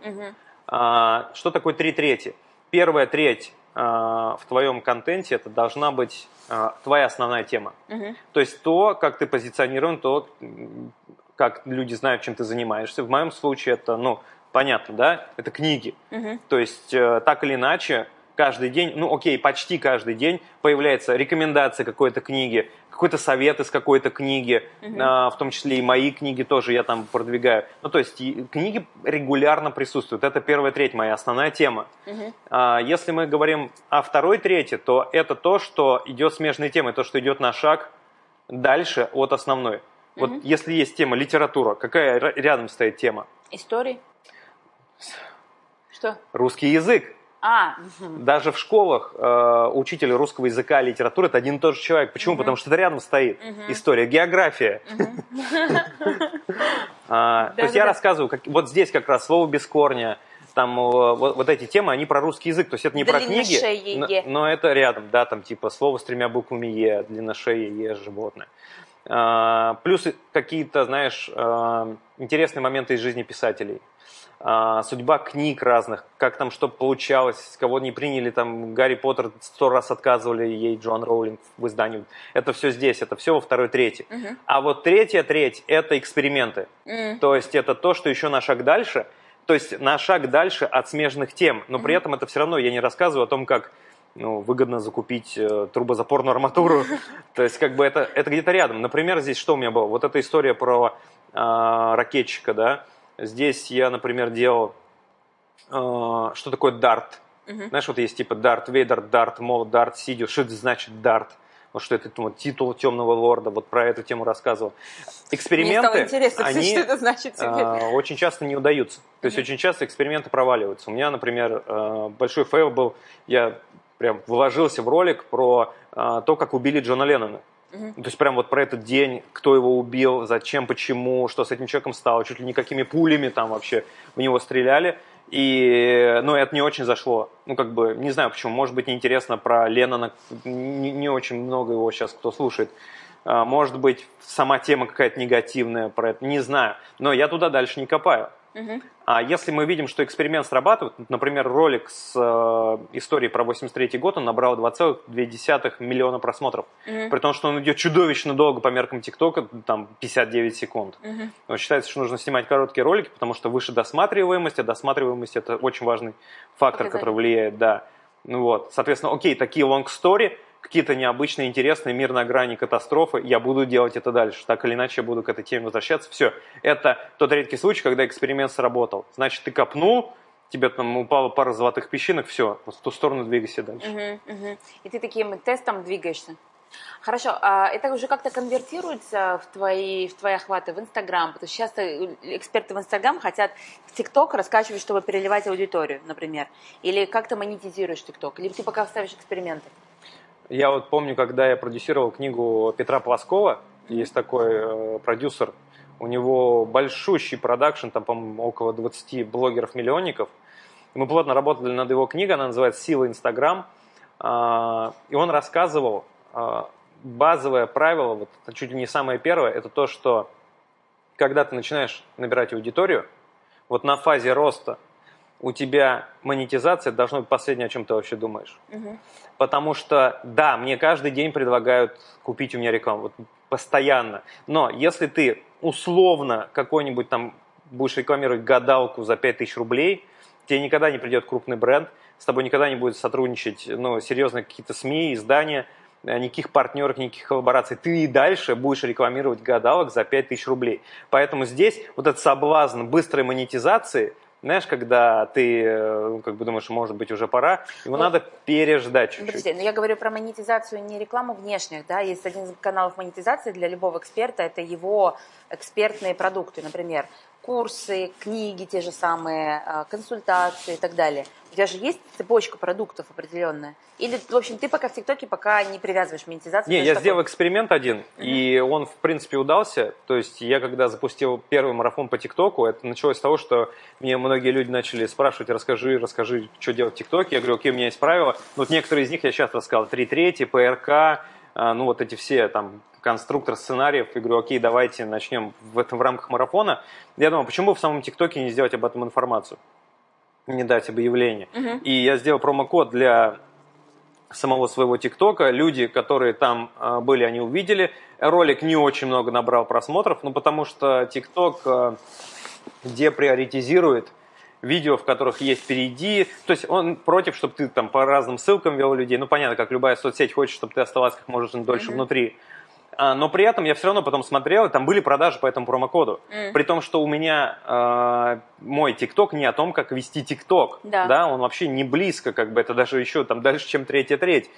Что такое 3/3? Первая треть в твоем контенте это должна быть твоя основная тема. То есть то, как ты позиционирован, то, как люди знают, чем ты занимаешься. В моем случае это, ну, понятно, да? Это книги. То есть так или иначе каждый день, ну окей, почти каждый день появляется рекомендация какой-то книги, какой-то совет из какой-то книги, в том числе и мои книги тоже я там продвигаю. Ну то есть книги регулярно присутствуют. Это первая треть, моя основная тема. Если мы говорим о второй трети, то это то, что идет смежной темой, то, что идет на шаг дальше от основной. Вот если есть тема литература, какая рядом стоит тема? Истории. Что? Русский язык. Даже в школах учитель русского языка и литературы это один и тот же человек. Почему? Потому что это рядом стоит. История, география. То есть я рассказываю, вот здесь как раз слово без корня, там вот эти темы, они про русский язык. То есть это не про книги, но это рядом, да, там типа слово с 3 буквами Е, длинношее, Е, животное. Плюс какие-то, знаешь, интересные моменты из жизни писателей. Судьба книг разных, как там что получалось, кого не приняли, там Гарри Поттер 100 раз отказывали ей Джоан Роулинг в издании. Это все здесь, это все во второй трети. А вот третья треть – это эксперименты. То есть это то, что еще на шаг дальше, то есть на шаг дальше от смежных тем, но при этом это все равно я не рассказываю о том, как выгодно закупить трубозапорную арматуру. То есть как бы это где-то рядом. Например, здесь что у меня было? Вот эта история про ракетчика, да. Здесь я, например, делал, что такое дарт. Знаешь, вот есть типа Дарт Вейдер, Дарт Мол, Дарт Сидиус. Что это значит дарт? Вот что это вот, титул темного лорда. Вот про эту тему рассказывал. Эксперименты, мне стало интересно, они что это значит теперь. Очень часто не удаются. То есть очень часто эксперименты проваливаются. У меня, например, большой фейл был, я прям вложился в ролик про то, как убили Джона Леннона. То есть прям вот про этот день, кто его убил, зачем, почему, что с этим человеком стало, чуть ли не какими пулями там вообще в него стреляли. И, ну, это не очень зашло. Ну, как бы, не знаю почему, может быть, неинтересно про Леннона, не очень много его сейчас кто слушает. Может быть, сама тема какая-то негативная про это, не знаю. Но я туда дальше не копаю. А если мы видим, что эксперимент срабатывает, например, ролик с историей про 83-й год, он набрал 2,2 миллиона просмотров. При том, что он идет чудовищно долго по меркам ТикТока, там 59 секунд. Но считается, что нужно снимать короткие ролики, потому что выше досматриваемость, а досматриваемость это очень важный фактор, который влияет, да. Ну вот, соответственно, окей, такие long story, какие-то необычные, интересные, мир на грани катастрофы, я буду делать это дальше. Так или иначе, я буду к этой теме возвращаться. Все. Это тот редкий случай, когда эксперимент сработал. Значит, ты копнул, тебе там упала пара золотых песчинок, все, вот в ту сторону двигайся дальше. И ты таким тестом двигаешься. Хорошо, а это уже как-то конвертируется в твои охваты в Инстаграм? Потому что часто эксперты в Инстаграм хотят в ТикТок раскачивать, чтобы переливать аудиторию, например. Или как ты монетизируешь ТикТок? Или ты пока ставишь эксперименты? Я вот помню, когда я продюсировал книгу Петра Плоскова, есть такой продюсер, У него большущий продакшн, там, по-моему, около 20 блогеров-миллионников. Мы плотно работали над его книгой, она называется «Сила Инстаграм». И он рассказывал базовое правило, вот чуть ли не самое первое, это то, что когда ты начинаешь набирать аудиторию, вот на фазе роста у тебя монетизация должна быть последнее, о чем ты вообще думаешь. Потому что, да, мне каждый день предлагают купить у меня рекламу, вот постоянно. Но если ты условно какой-нибудь там будешь рекламировать гадалку за 5000 рублей, тебе никогда не придет крупный бренд, с тобой никогда не будет сотрудничать, ну, серьезно какие-то СМИ, издания, никаких партнеров, никаких коллабораций. Ты и дальше будешь рекламировать гадалок за 5000 рублей. Поэтому здесь вот этот соблазн быстрой монетизации, знаешь, когда ты как бы думаешь, может быть, уже пора, его надо переждать чуть-чуть. Подожди, но я говорю про монетизацию, не рекламу внешних, да, есть один из каналов монетизации для любого эксперта, это его экспертные продукты, например, курсы, книги те же самые, консультации и так далее. У тебя же есть цепочка продуктов определенная? Или, в общем, ты пока в ТикТоке пока не привязываешь монетизацию? Не, я сделал эксперимент один, и он, в принципе, удался. То есть я, когда запустил первый марафон по ТикТоку, это началось с того, что мне многие люди начали спрашивать, расскажи, что делать в ТикТоке. Я говорю, окей, у меня есть правила. Ну, вот некоторые из них я сейчас рассказал. 3/3, ПРК, ну, вот эти все там конструктор сценариев. Я говорю, окей, давайте начнем в рамках марафона. Я думаю, почему в самом ТикТоке не сделать об этом информацию? Не дать объявление. И я сделал промокод для самого своего ТикТока. Люди, которые там были, они увидели. Ролик не очень много набрал просмотров, ну, потому что ТикТок деприоритизирует видео, в которых есть «перейди». То есть он против, чтобы ты там по разным ссылкам вел людей. Ну, понятно, как любая соцсеть хочет, чтобы ты оставалась как можно дольше внутри. Но при этом я все равно потом смотрел, и там были продажи по этому промокоду. При том, что у меня мой ТикТок не о том, как вести ТикТок. Да, он вообще не близко, как бы это даже еще там дальше, чем третья треть.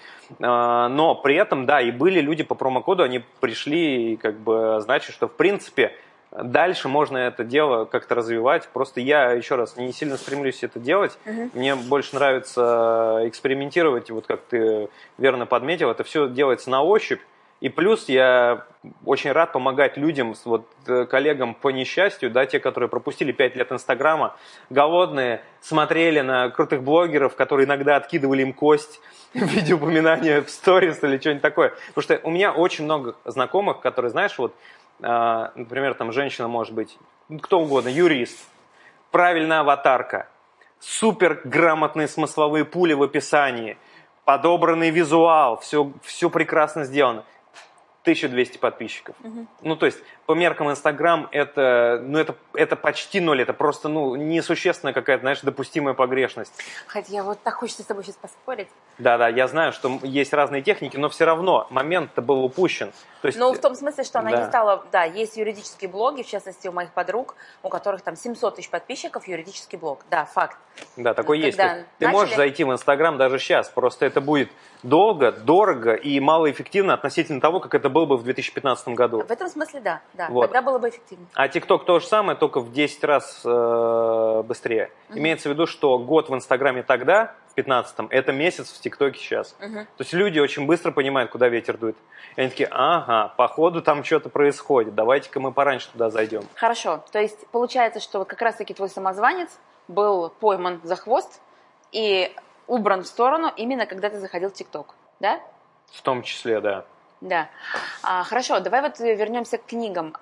Но при этом, да, и были люди по промокоду, они пришли, и как бы значит, что в принципе дальше можно это дело как-то развивать. Просто я, еще раз, не сильно стремлюсь это делать. Мне больше нравится экспериментировать, вот как ты верно подметил, это все делается на ощупь. И плюс я очень рад помогать людям, вот, коллегам по несчастью, да, те, которые пропустили 5 лет Инстаграма, голодные, смотрели на крутых блогеров, которые иногда откидывали им кость в виде упоминания в сторис или что-нибудь такое. Потому что у меня очень много знакомых, которые, знаешь, вот, например, там женщина может быть, кто угодно, юрист, правильная аватарка, супер грамотные смысловые пули в описании, подобранный визуал, все прекрасно сделано. 1200 подписчиков. Ну, то есть, по меркам Инстаграм это почти ноль, это просто, ну, несущественная какая-то, знаешь, допустимая погрешность. Хотя вот так хочется с тобой сейчас поспорить. Да, я знаю, что есть разные техники, но все равно момент-то был упущен. То есть, ну, в том смысле, что она не стала... Да, есть юридические блоги, в частности, у моих подруг, у которых там 700 тысяч подписчиков, юридический блог. Да, факт. Да, такой есть. Ты можешь зайти в Инстаграм даже сейчас, просто это будет долго, дорого и малоэффективно относительно того, как это было бы в 2015 году. В этом смысле, да. Вот. Тогда было бы эффективно. А ТикТок то же самое, только в 10 раз быстрее. Имеется в виду, что год в Инстаграме тогда, в 15-м, это месяц в ТикТоке сейчас. То есть люди очень быстро понимают, куда ветер дует. И они такие, ага, походу там что-то происходит, давайте-ка мы пораньше туда зайдем. Хорошо, то есть получается, что вот как раз-таки твой самозванец был пойман за хвост и убран в сторону именно когда ты заходил в ТикТок, да? В том числе, да. Да. Хорошо, давай вот вернемся к книгам.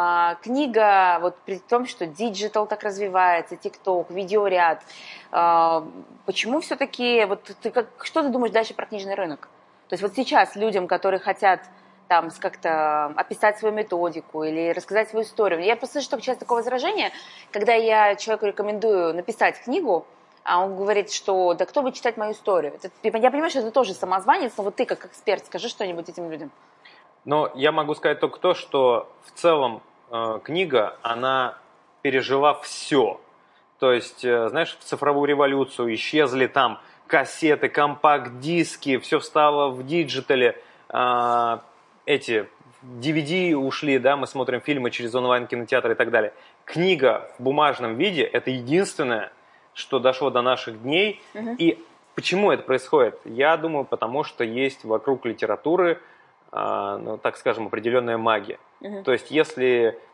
Книга, вот при том, что диджитал так развивается, ТикТок, видеоряд, почему все-таки, вот что ты думаешь дальше про книжный рынок? То есть вот сейчас людям, которые хотят там как-то описать свою методику или рассказать свою историю. Я просто слышу только часто такое возражение, когда я человеку рекомендую написать книгу, а он говорит, что да кто будет читать мою историю? Я понимаю, что это тоже самозванец, но вот ты как эксперт скажи что-нибудь этим людям. Но я могу сказать только то, что в целом книга, она пережила все. То есть, знаешь, в цифровую революцию исчезли там кассеты, компакт-диски, все встало в диджитале, эти DVD ушли, да, мы смотрим фильмы через онлайн-кинотеатр и так далее. Книга в бумажном виде – это единственное, что дошло до наших дней. И почему это происходит? Я думаю, потому что есть вокруг литературы, ну, так скажем, определенная магия. То есть, если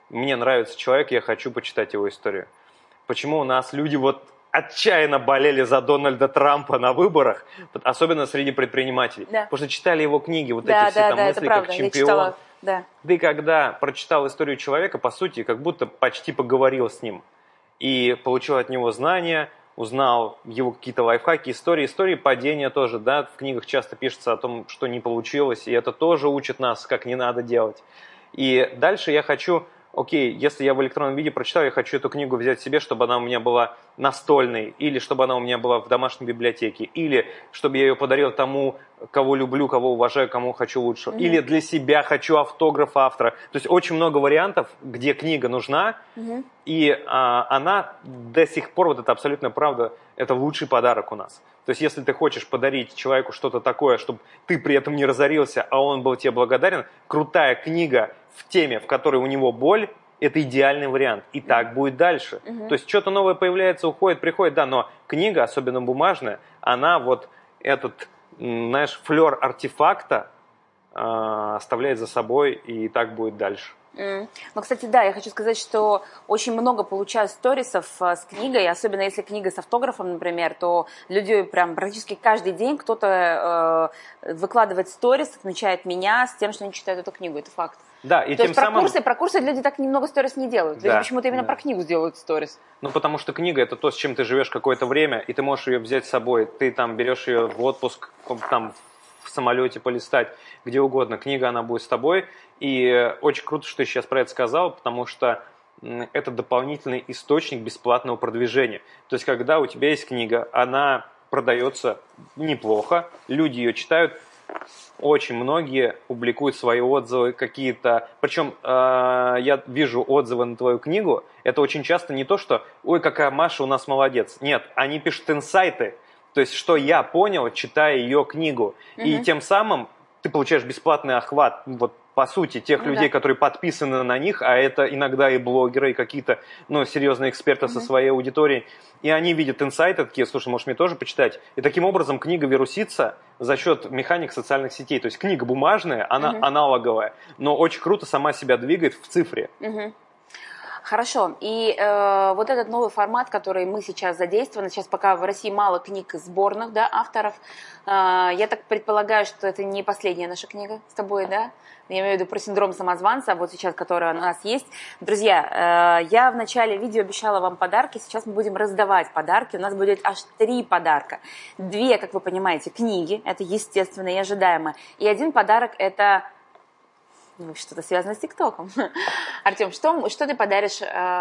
мне нравится человек, я хочу почитать его историю. Почему у нас люди вот отчаянно болели за Дональда Трампа на выборах, особенно среди предпринимателей. Да. Потому что читали его книги, вот эти все там мысли, как чемпион. Да. Ты когда прочитал историю человека, по сути, как будто почти поговорил с ним. И получил от него знания, узнал его какие-то лайфхаки, истории падения тоже, да, в книгах часто пишется о том, что не получилось, и это тоже учит нас, как не надо делать. И дальше я хочу, окей, если я в электронном виде прочитал, я хочу эту книгу взять себе, чтобы она у меня была настольной, или чтобы она у меня была в домашней библиотеке, или чтобы я ее подарил тому, кого люблю, кого уважаю, кому хочу лучше, или для себя хочу автограф автора. То есть очень много вариантов, где книга нужна, и она до сих пор, вот это абсолютно правда, это лучший подарок у нас. То есть если ты хочешь подарить человеку что-то такое, чтобы ты при этом не разорился, а он был тебе благодарен, крутая книга в теме, в которой у него боль, это идеальный вариант. И так будет дальше. То есть что-то новое появляется, уходит, приходит, да, но книга, особенно бумажная, она вот этот, знаешь, флер артефакта оставляет за собой, и так будет дальше. Ну, кстати, да, я хочу сказать, что очень много получаю сторисов с книгой, особенно если книга с автографом, например, то люди прям практически каждый день кто-то выкладывает сторис, отмечает меня с тем, что они читают эту книгу, это факт. Да, и то тем есть самым... про курсы люди так немного сторис не делают, люди почему-то именно про книгу сделают сторис. Ну, потому что книга – это то, с чем ты живешь какое-то время, и ты можешь ее взять с собой, ты там берешь ее в отпуск, там, в самолете полистать, где угодно. Книга, она будет с тобой. И очень круто, что ты сейчас про это сказал, потому что это дополнительный источник бесплатного продвижения. То есть, когда у тебя есть книга, она продается неплохо, люди ее читают, очень многие публикуют свои отзывы какие-то. Причем я вижу отзывы на твою книгу, это очень часто не то, что «Ой, какая Маша у нас молодец». Нет, они пишут инсайты. То есть, что я понял, читая ее книгу. И тем самым ты получаешь бесплатный охват, вот, по сути, тех людей, которые подписаны на них, а это иногда и блогеры, и какие-то, серьезные эксперты со своей аудиторией. И они видят инсайты, такие, слушай, можешь мне тоже почитать? И таким образом книга вирусится за счет механик социальных сетей. То есть книга бумажная, она аналоговая, но очень круто сама себя двигает в цифре. Хорошо. И вот этот новый формат, который мы сейчас задействованы, сейчас пока в России мало книг сборных, да, авторов, я так предполагаю, что это не последняя наша книга с тобой, да? Я имею в виду про синдром самозванца, вот сейчас, которая у нас есть. Друзья, я в начале видео обещала вам подарки, сейчас мы будем раздавать подарки. У нас будет аж 3 подарка. 2, как вы понимаете, книги, это естественно и ожидаемо. И 1 подарок – это... что-то связано с ТикТоком. Артем, что ты подаришь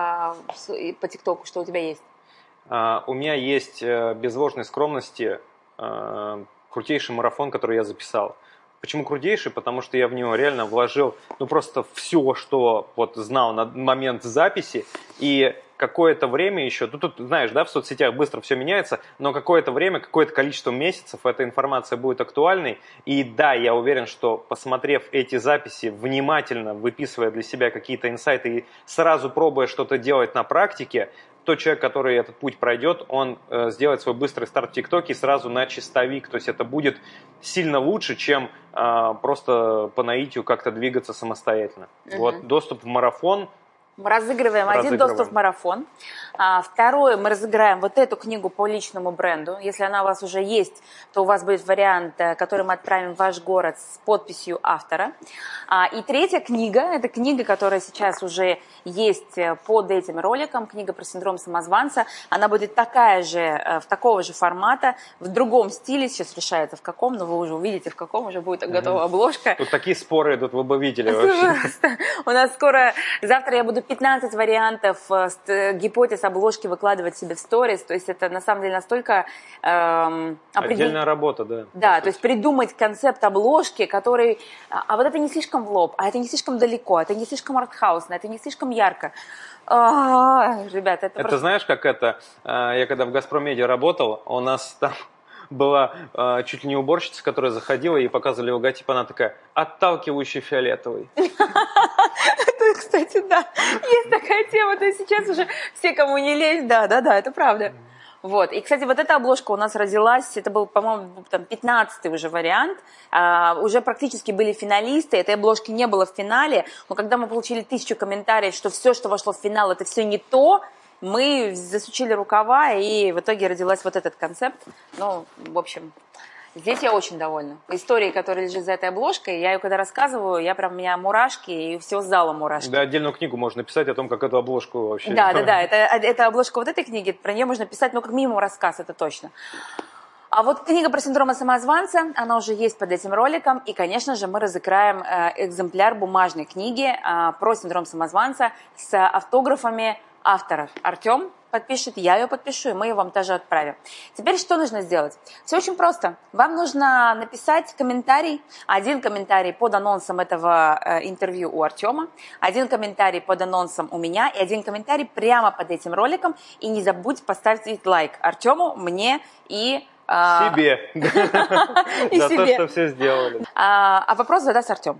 по ТикТоку, что у тебя есть? У меня есть, без ложной скромности, крутейший марафон, который я записал. Почему крутейший? Потому что я в него реально вложил просто все, что вот знал на момент записи, и какое-то время еще, тут знаешь, да, в соцсетях быстро все меняется, но какое-то время, какое-то количество месяцев эта информация будет актуальной. И да, я уверен, что посмотрев эти записи, внимательно выписывая для себя какие-то инсайты и сразу пробуя что-то делать на практике, тот человек, который этот путь пройдет, он сделает свой быстрый старт в ТикТоке сразу на чистовик. То есть это будет сильно лучше, чем просто по наитию как-то двигаться самостоятельно. Вот доступ в марафон. Мы разыгрываем 1 доступ в марафон. 2 мы разыграем вот эту книгу по личному бренду. Если она у вас уже есть, то у вас будет вариант, который мы отправим в ваш город с подписью автора. И 3 книга, это книга, которая сейчас уже есть под этим роликом, книга про синдром самозванца. Она будет такая же, в такого же формата, в другом стиле, сейчас решается в каком, но вы уже увидите, в каком уже будет готова обложка. Тут такие споры идут, вы бы видели вообще. У нас скоро, завтра я буду 15 вариантов гипотез обложки выкладывать себе в сторис, то есть это на самом деле настолько... Отдельная работа, да. Да, то есть придумать концепт обложки, который... А вот это не слишком в лоб, а это не слишком далеко, это не слишком артхаусно, это не слишком ярко. Ребята, это просто... знаешь, как это... Я когда в «Газпромеде» работал, у нас там... была чуть ли не уборщица, которая заходила и показывали логотип, она такая, отталкивающий фиолетовый. Это, кстати, да, есть такая тема, то есть сейчас уже все, кому не лень, да, это правда. Вот. И, кстати, вот эта обложка у нас родилась, это был, по-моему, там 15-й уже вариант. Уже практически были финалисты, этой обложки не было в финале, но когда мы получили 1000 комментариев, что все, что вошло в финал, это все не то, мы засучили рукава, и в итоге родилась вот этот концепт. Ну, в общем... Здесь я очень довольна. Истории, которые лежат за этой обложкой, я ее когда рассказываю, у меня мурашки, и всего зала мурашки. Да, отдельную книгу можно написать о том, как эту обложку вообще... Да, это обложка вот этой книги, про нее можно писать, ну, как минимум рассказ, это точно. А вот книга про синдром самозванца, она уже есть под этим роликом, и, конечно же, мы разыграем экземпляр бумажной книги про синдром самозванца с автографами авторов. Артем подпишет, я ее подпишу, и мы ее вам тоже отправим. Теперь что нужно сделать? Все очень просто. Вам нужно написать комментарий. Один комментарий под анонсом этого интервью у Артема, один комментарий под анонсом у меня, и один комментарий прямо под этим роликом. И не забудь поставить лайк Артему, мне и... Себе. За то, что все сделали. А вопрос задаст Артем.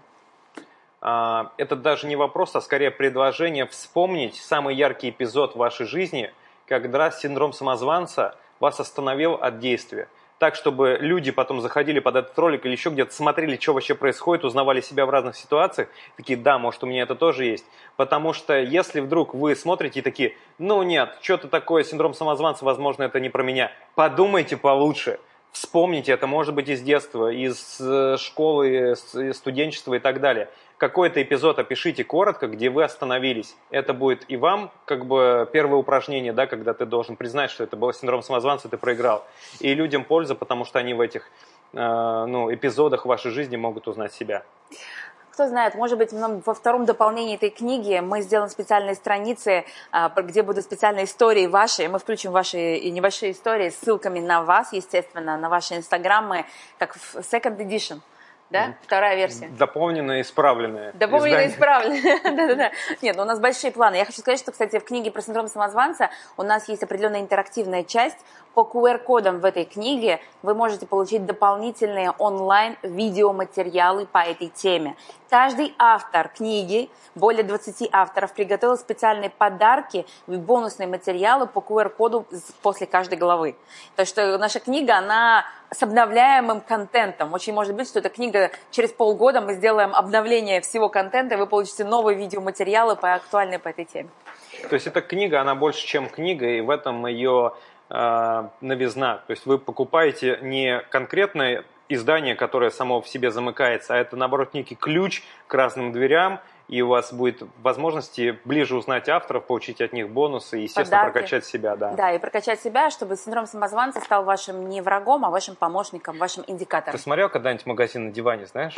Это даже не вопрос, а скорее предложение вспомнить самый яркий эпизод в вашей жизни, когда синдром самозванца вас остановил от действия. Так, чтобы люди потом заходили под этот ролик или еще где-то смотрели, что вообще происходит, узнавали себя в разных ситуациях, такие, да, может, у меня это тоже есть. Потому что если вдруг вы смотрите и такие, ну нет, что-то такое, синдром самозванца, возможно, это не про меня, подумайте получше. Вспомните, это может быть из детства, из школы, из студенчества и так далее. Какой-то эпизод опишите коротко, где вы остановились. Это будет и вам как бы первое упражнение, да, когда ты должен признать, что это был синдром самозванца, ты проиграл. И людям польза, потому что они в этих эпизодах вашей жизни могут узнать себя. Кто знает, может быть, во втором дополнении этой книги мы сделаем специальные страницы, где будут специальные истории ваши. Мы включим ваши небольшие истории с ссылками на вас, естественно, на ваши инстаграмы, как в second edition. Да? Вторая версия. Дополненная, исправленная. Дополненная, исправленная. Да-да-да. Нет, у нас большие планы. Я хочу сказать, что, кстати, в книге про синдром самозванца у нас есть определенная интерактивная часть. По QR-кодам в этой книге вы можете получить дополнительные онлайн-видеоматериалы по этой теме. Каждый автор книги, более 20 авторов, приготовил специальные подарки и бонусные материалы по QR-коду после каждой главы. Так что наша книга, она с обновляемым контентом. Очень может быть, что эта книга через полгода мы сделаем обновление всего контента, и вы получите новые видеоматериалы актуальные по этой теме. То есть эта книга, она больше, чем книга, и в этом ее новизна. То есть вы покупаете не конкретное издание, которое само в себе замыкается, а это, наоборот, некий ключ к разным дверям, и у вас будет возможности ближе узнать авторов, получить от них бонусы и, естественно, подарки. Прокачать себя. Да. Да, и прокачать себя, чтобы синдром самозванца стал вашим не врагом, а вашим помощником, вашим индикатором. Ты смотрел когда-нибудь магазин на диване, знаешь?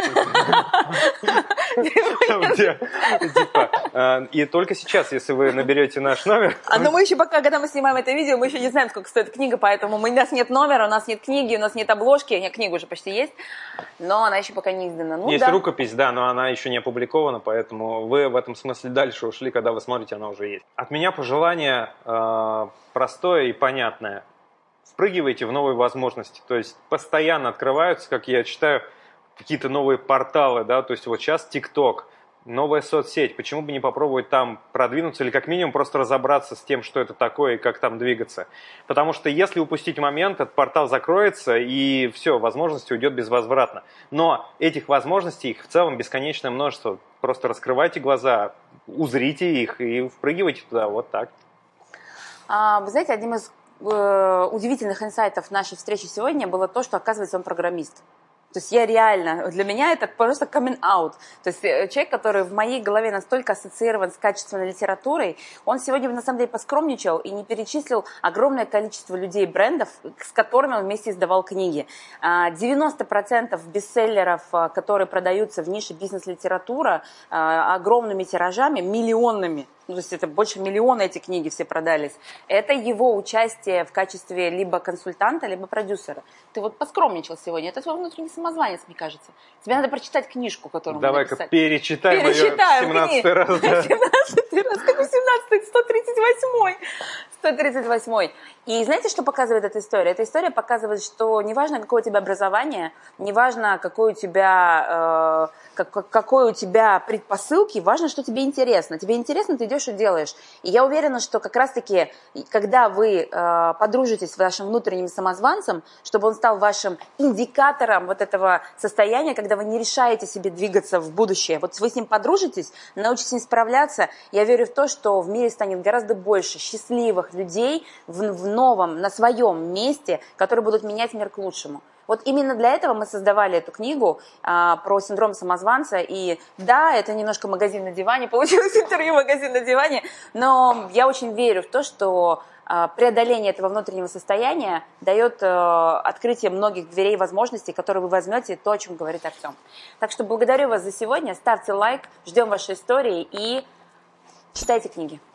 И только сейчас, если вы наберете наш номер... Но мы еще пока, когда мы снимаем это видео, мы еще не знаем, сколько стоит книга, поэтому у нас нет номера, у нас нет книги, у нас нет обложки. Нет, книга уже почти есть, но она еще пока не издана. Есть рукопись, да, но она еще не опубликована, поэтому вы в этом смысле дальше ушли, когда вы смотрите, она уже есть. От меня пожелание простое и понятное. Впрыгивайте в новые возможности. То есть постоянно открываются, как я читаю, какие-то новые порталы, да, то есть вот сейчас TikTok, новая соцсеть, почему бы не попробовать там продвинуться или как минимум просто разобраться с тем, что это такое и как там двигаться. Потому что если упустить момент, этот портал закроется и все, возможности уйдет безвозвратно. Но этих возможностей, их в целом бесконечное множество. Просто раскрывайте глаза, узрите их и впрыгивайте туда, вот так. Вы знаете, одним из удивительных инсайтов нашей встречи сегодня было то, что, оказывается, он программист. То есть я реально, для меня это просто coming out. То есть человек, который в моей голове настолько ассоциирован с качественной литературой, он сегодня на самом деле поскромничал и не перечислил огромное количество людей, брендов, с которыми он вместе издавал книги. 90% бестселлеров, которые продаются в нише бизнес-литература, огромными тиражами, миллионными. Ну, то есть это больше миллиона эти книги все продались. Это его участие в качестве либо консультанта, либо продюсера. Ты вот поскромничал сегодня. Это твой внутренний самозванец, мне кажется. Тебе надо прочитать книжку, которую мы написали. Давай-ка перечитаем ее 17-й раз. Да. 17-й раз, какой 17-й? 138-й. 138. И знаете, что показывает эта история? Эта история показывает, что неважно, какое у тебя образование, неважно, какой у тебя предпосылки, важно, что тебе интересно. Тебе интересно, ты идешь и делаешь. И я уверена, что как раз-таки, когда вы подружитесь с вашим внутренним самозванцем, чтобы он стал вашим индикатором вот этого состояния, когда вы не решаете себе двигаться в будущее. Вот вы с ним подружитесь, научитесь с ним справляться. Я верю в то, что в мире станет гораздо больше счастливых людей в новом, на своем месте, которые будут менять мир к лучшему. Вот именно для этого мы создавали эту книгу про синдром самозванца. И да, это немножко магазин на диване, получилось интервью «Магазин на диване», но я очень верю в то, что преодоление этого внутреннего состояния дает открытие многих дверей и возможностей, которые вы возьмете, то, о чем говорит Артем. Так что благодарю вас за сегодня, ставьте лайк, ждем вашей истории и читайте книги.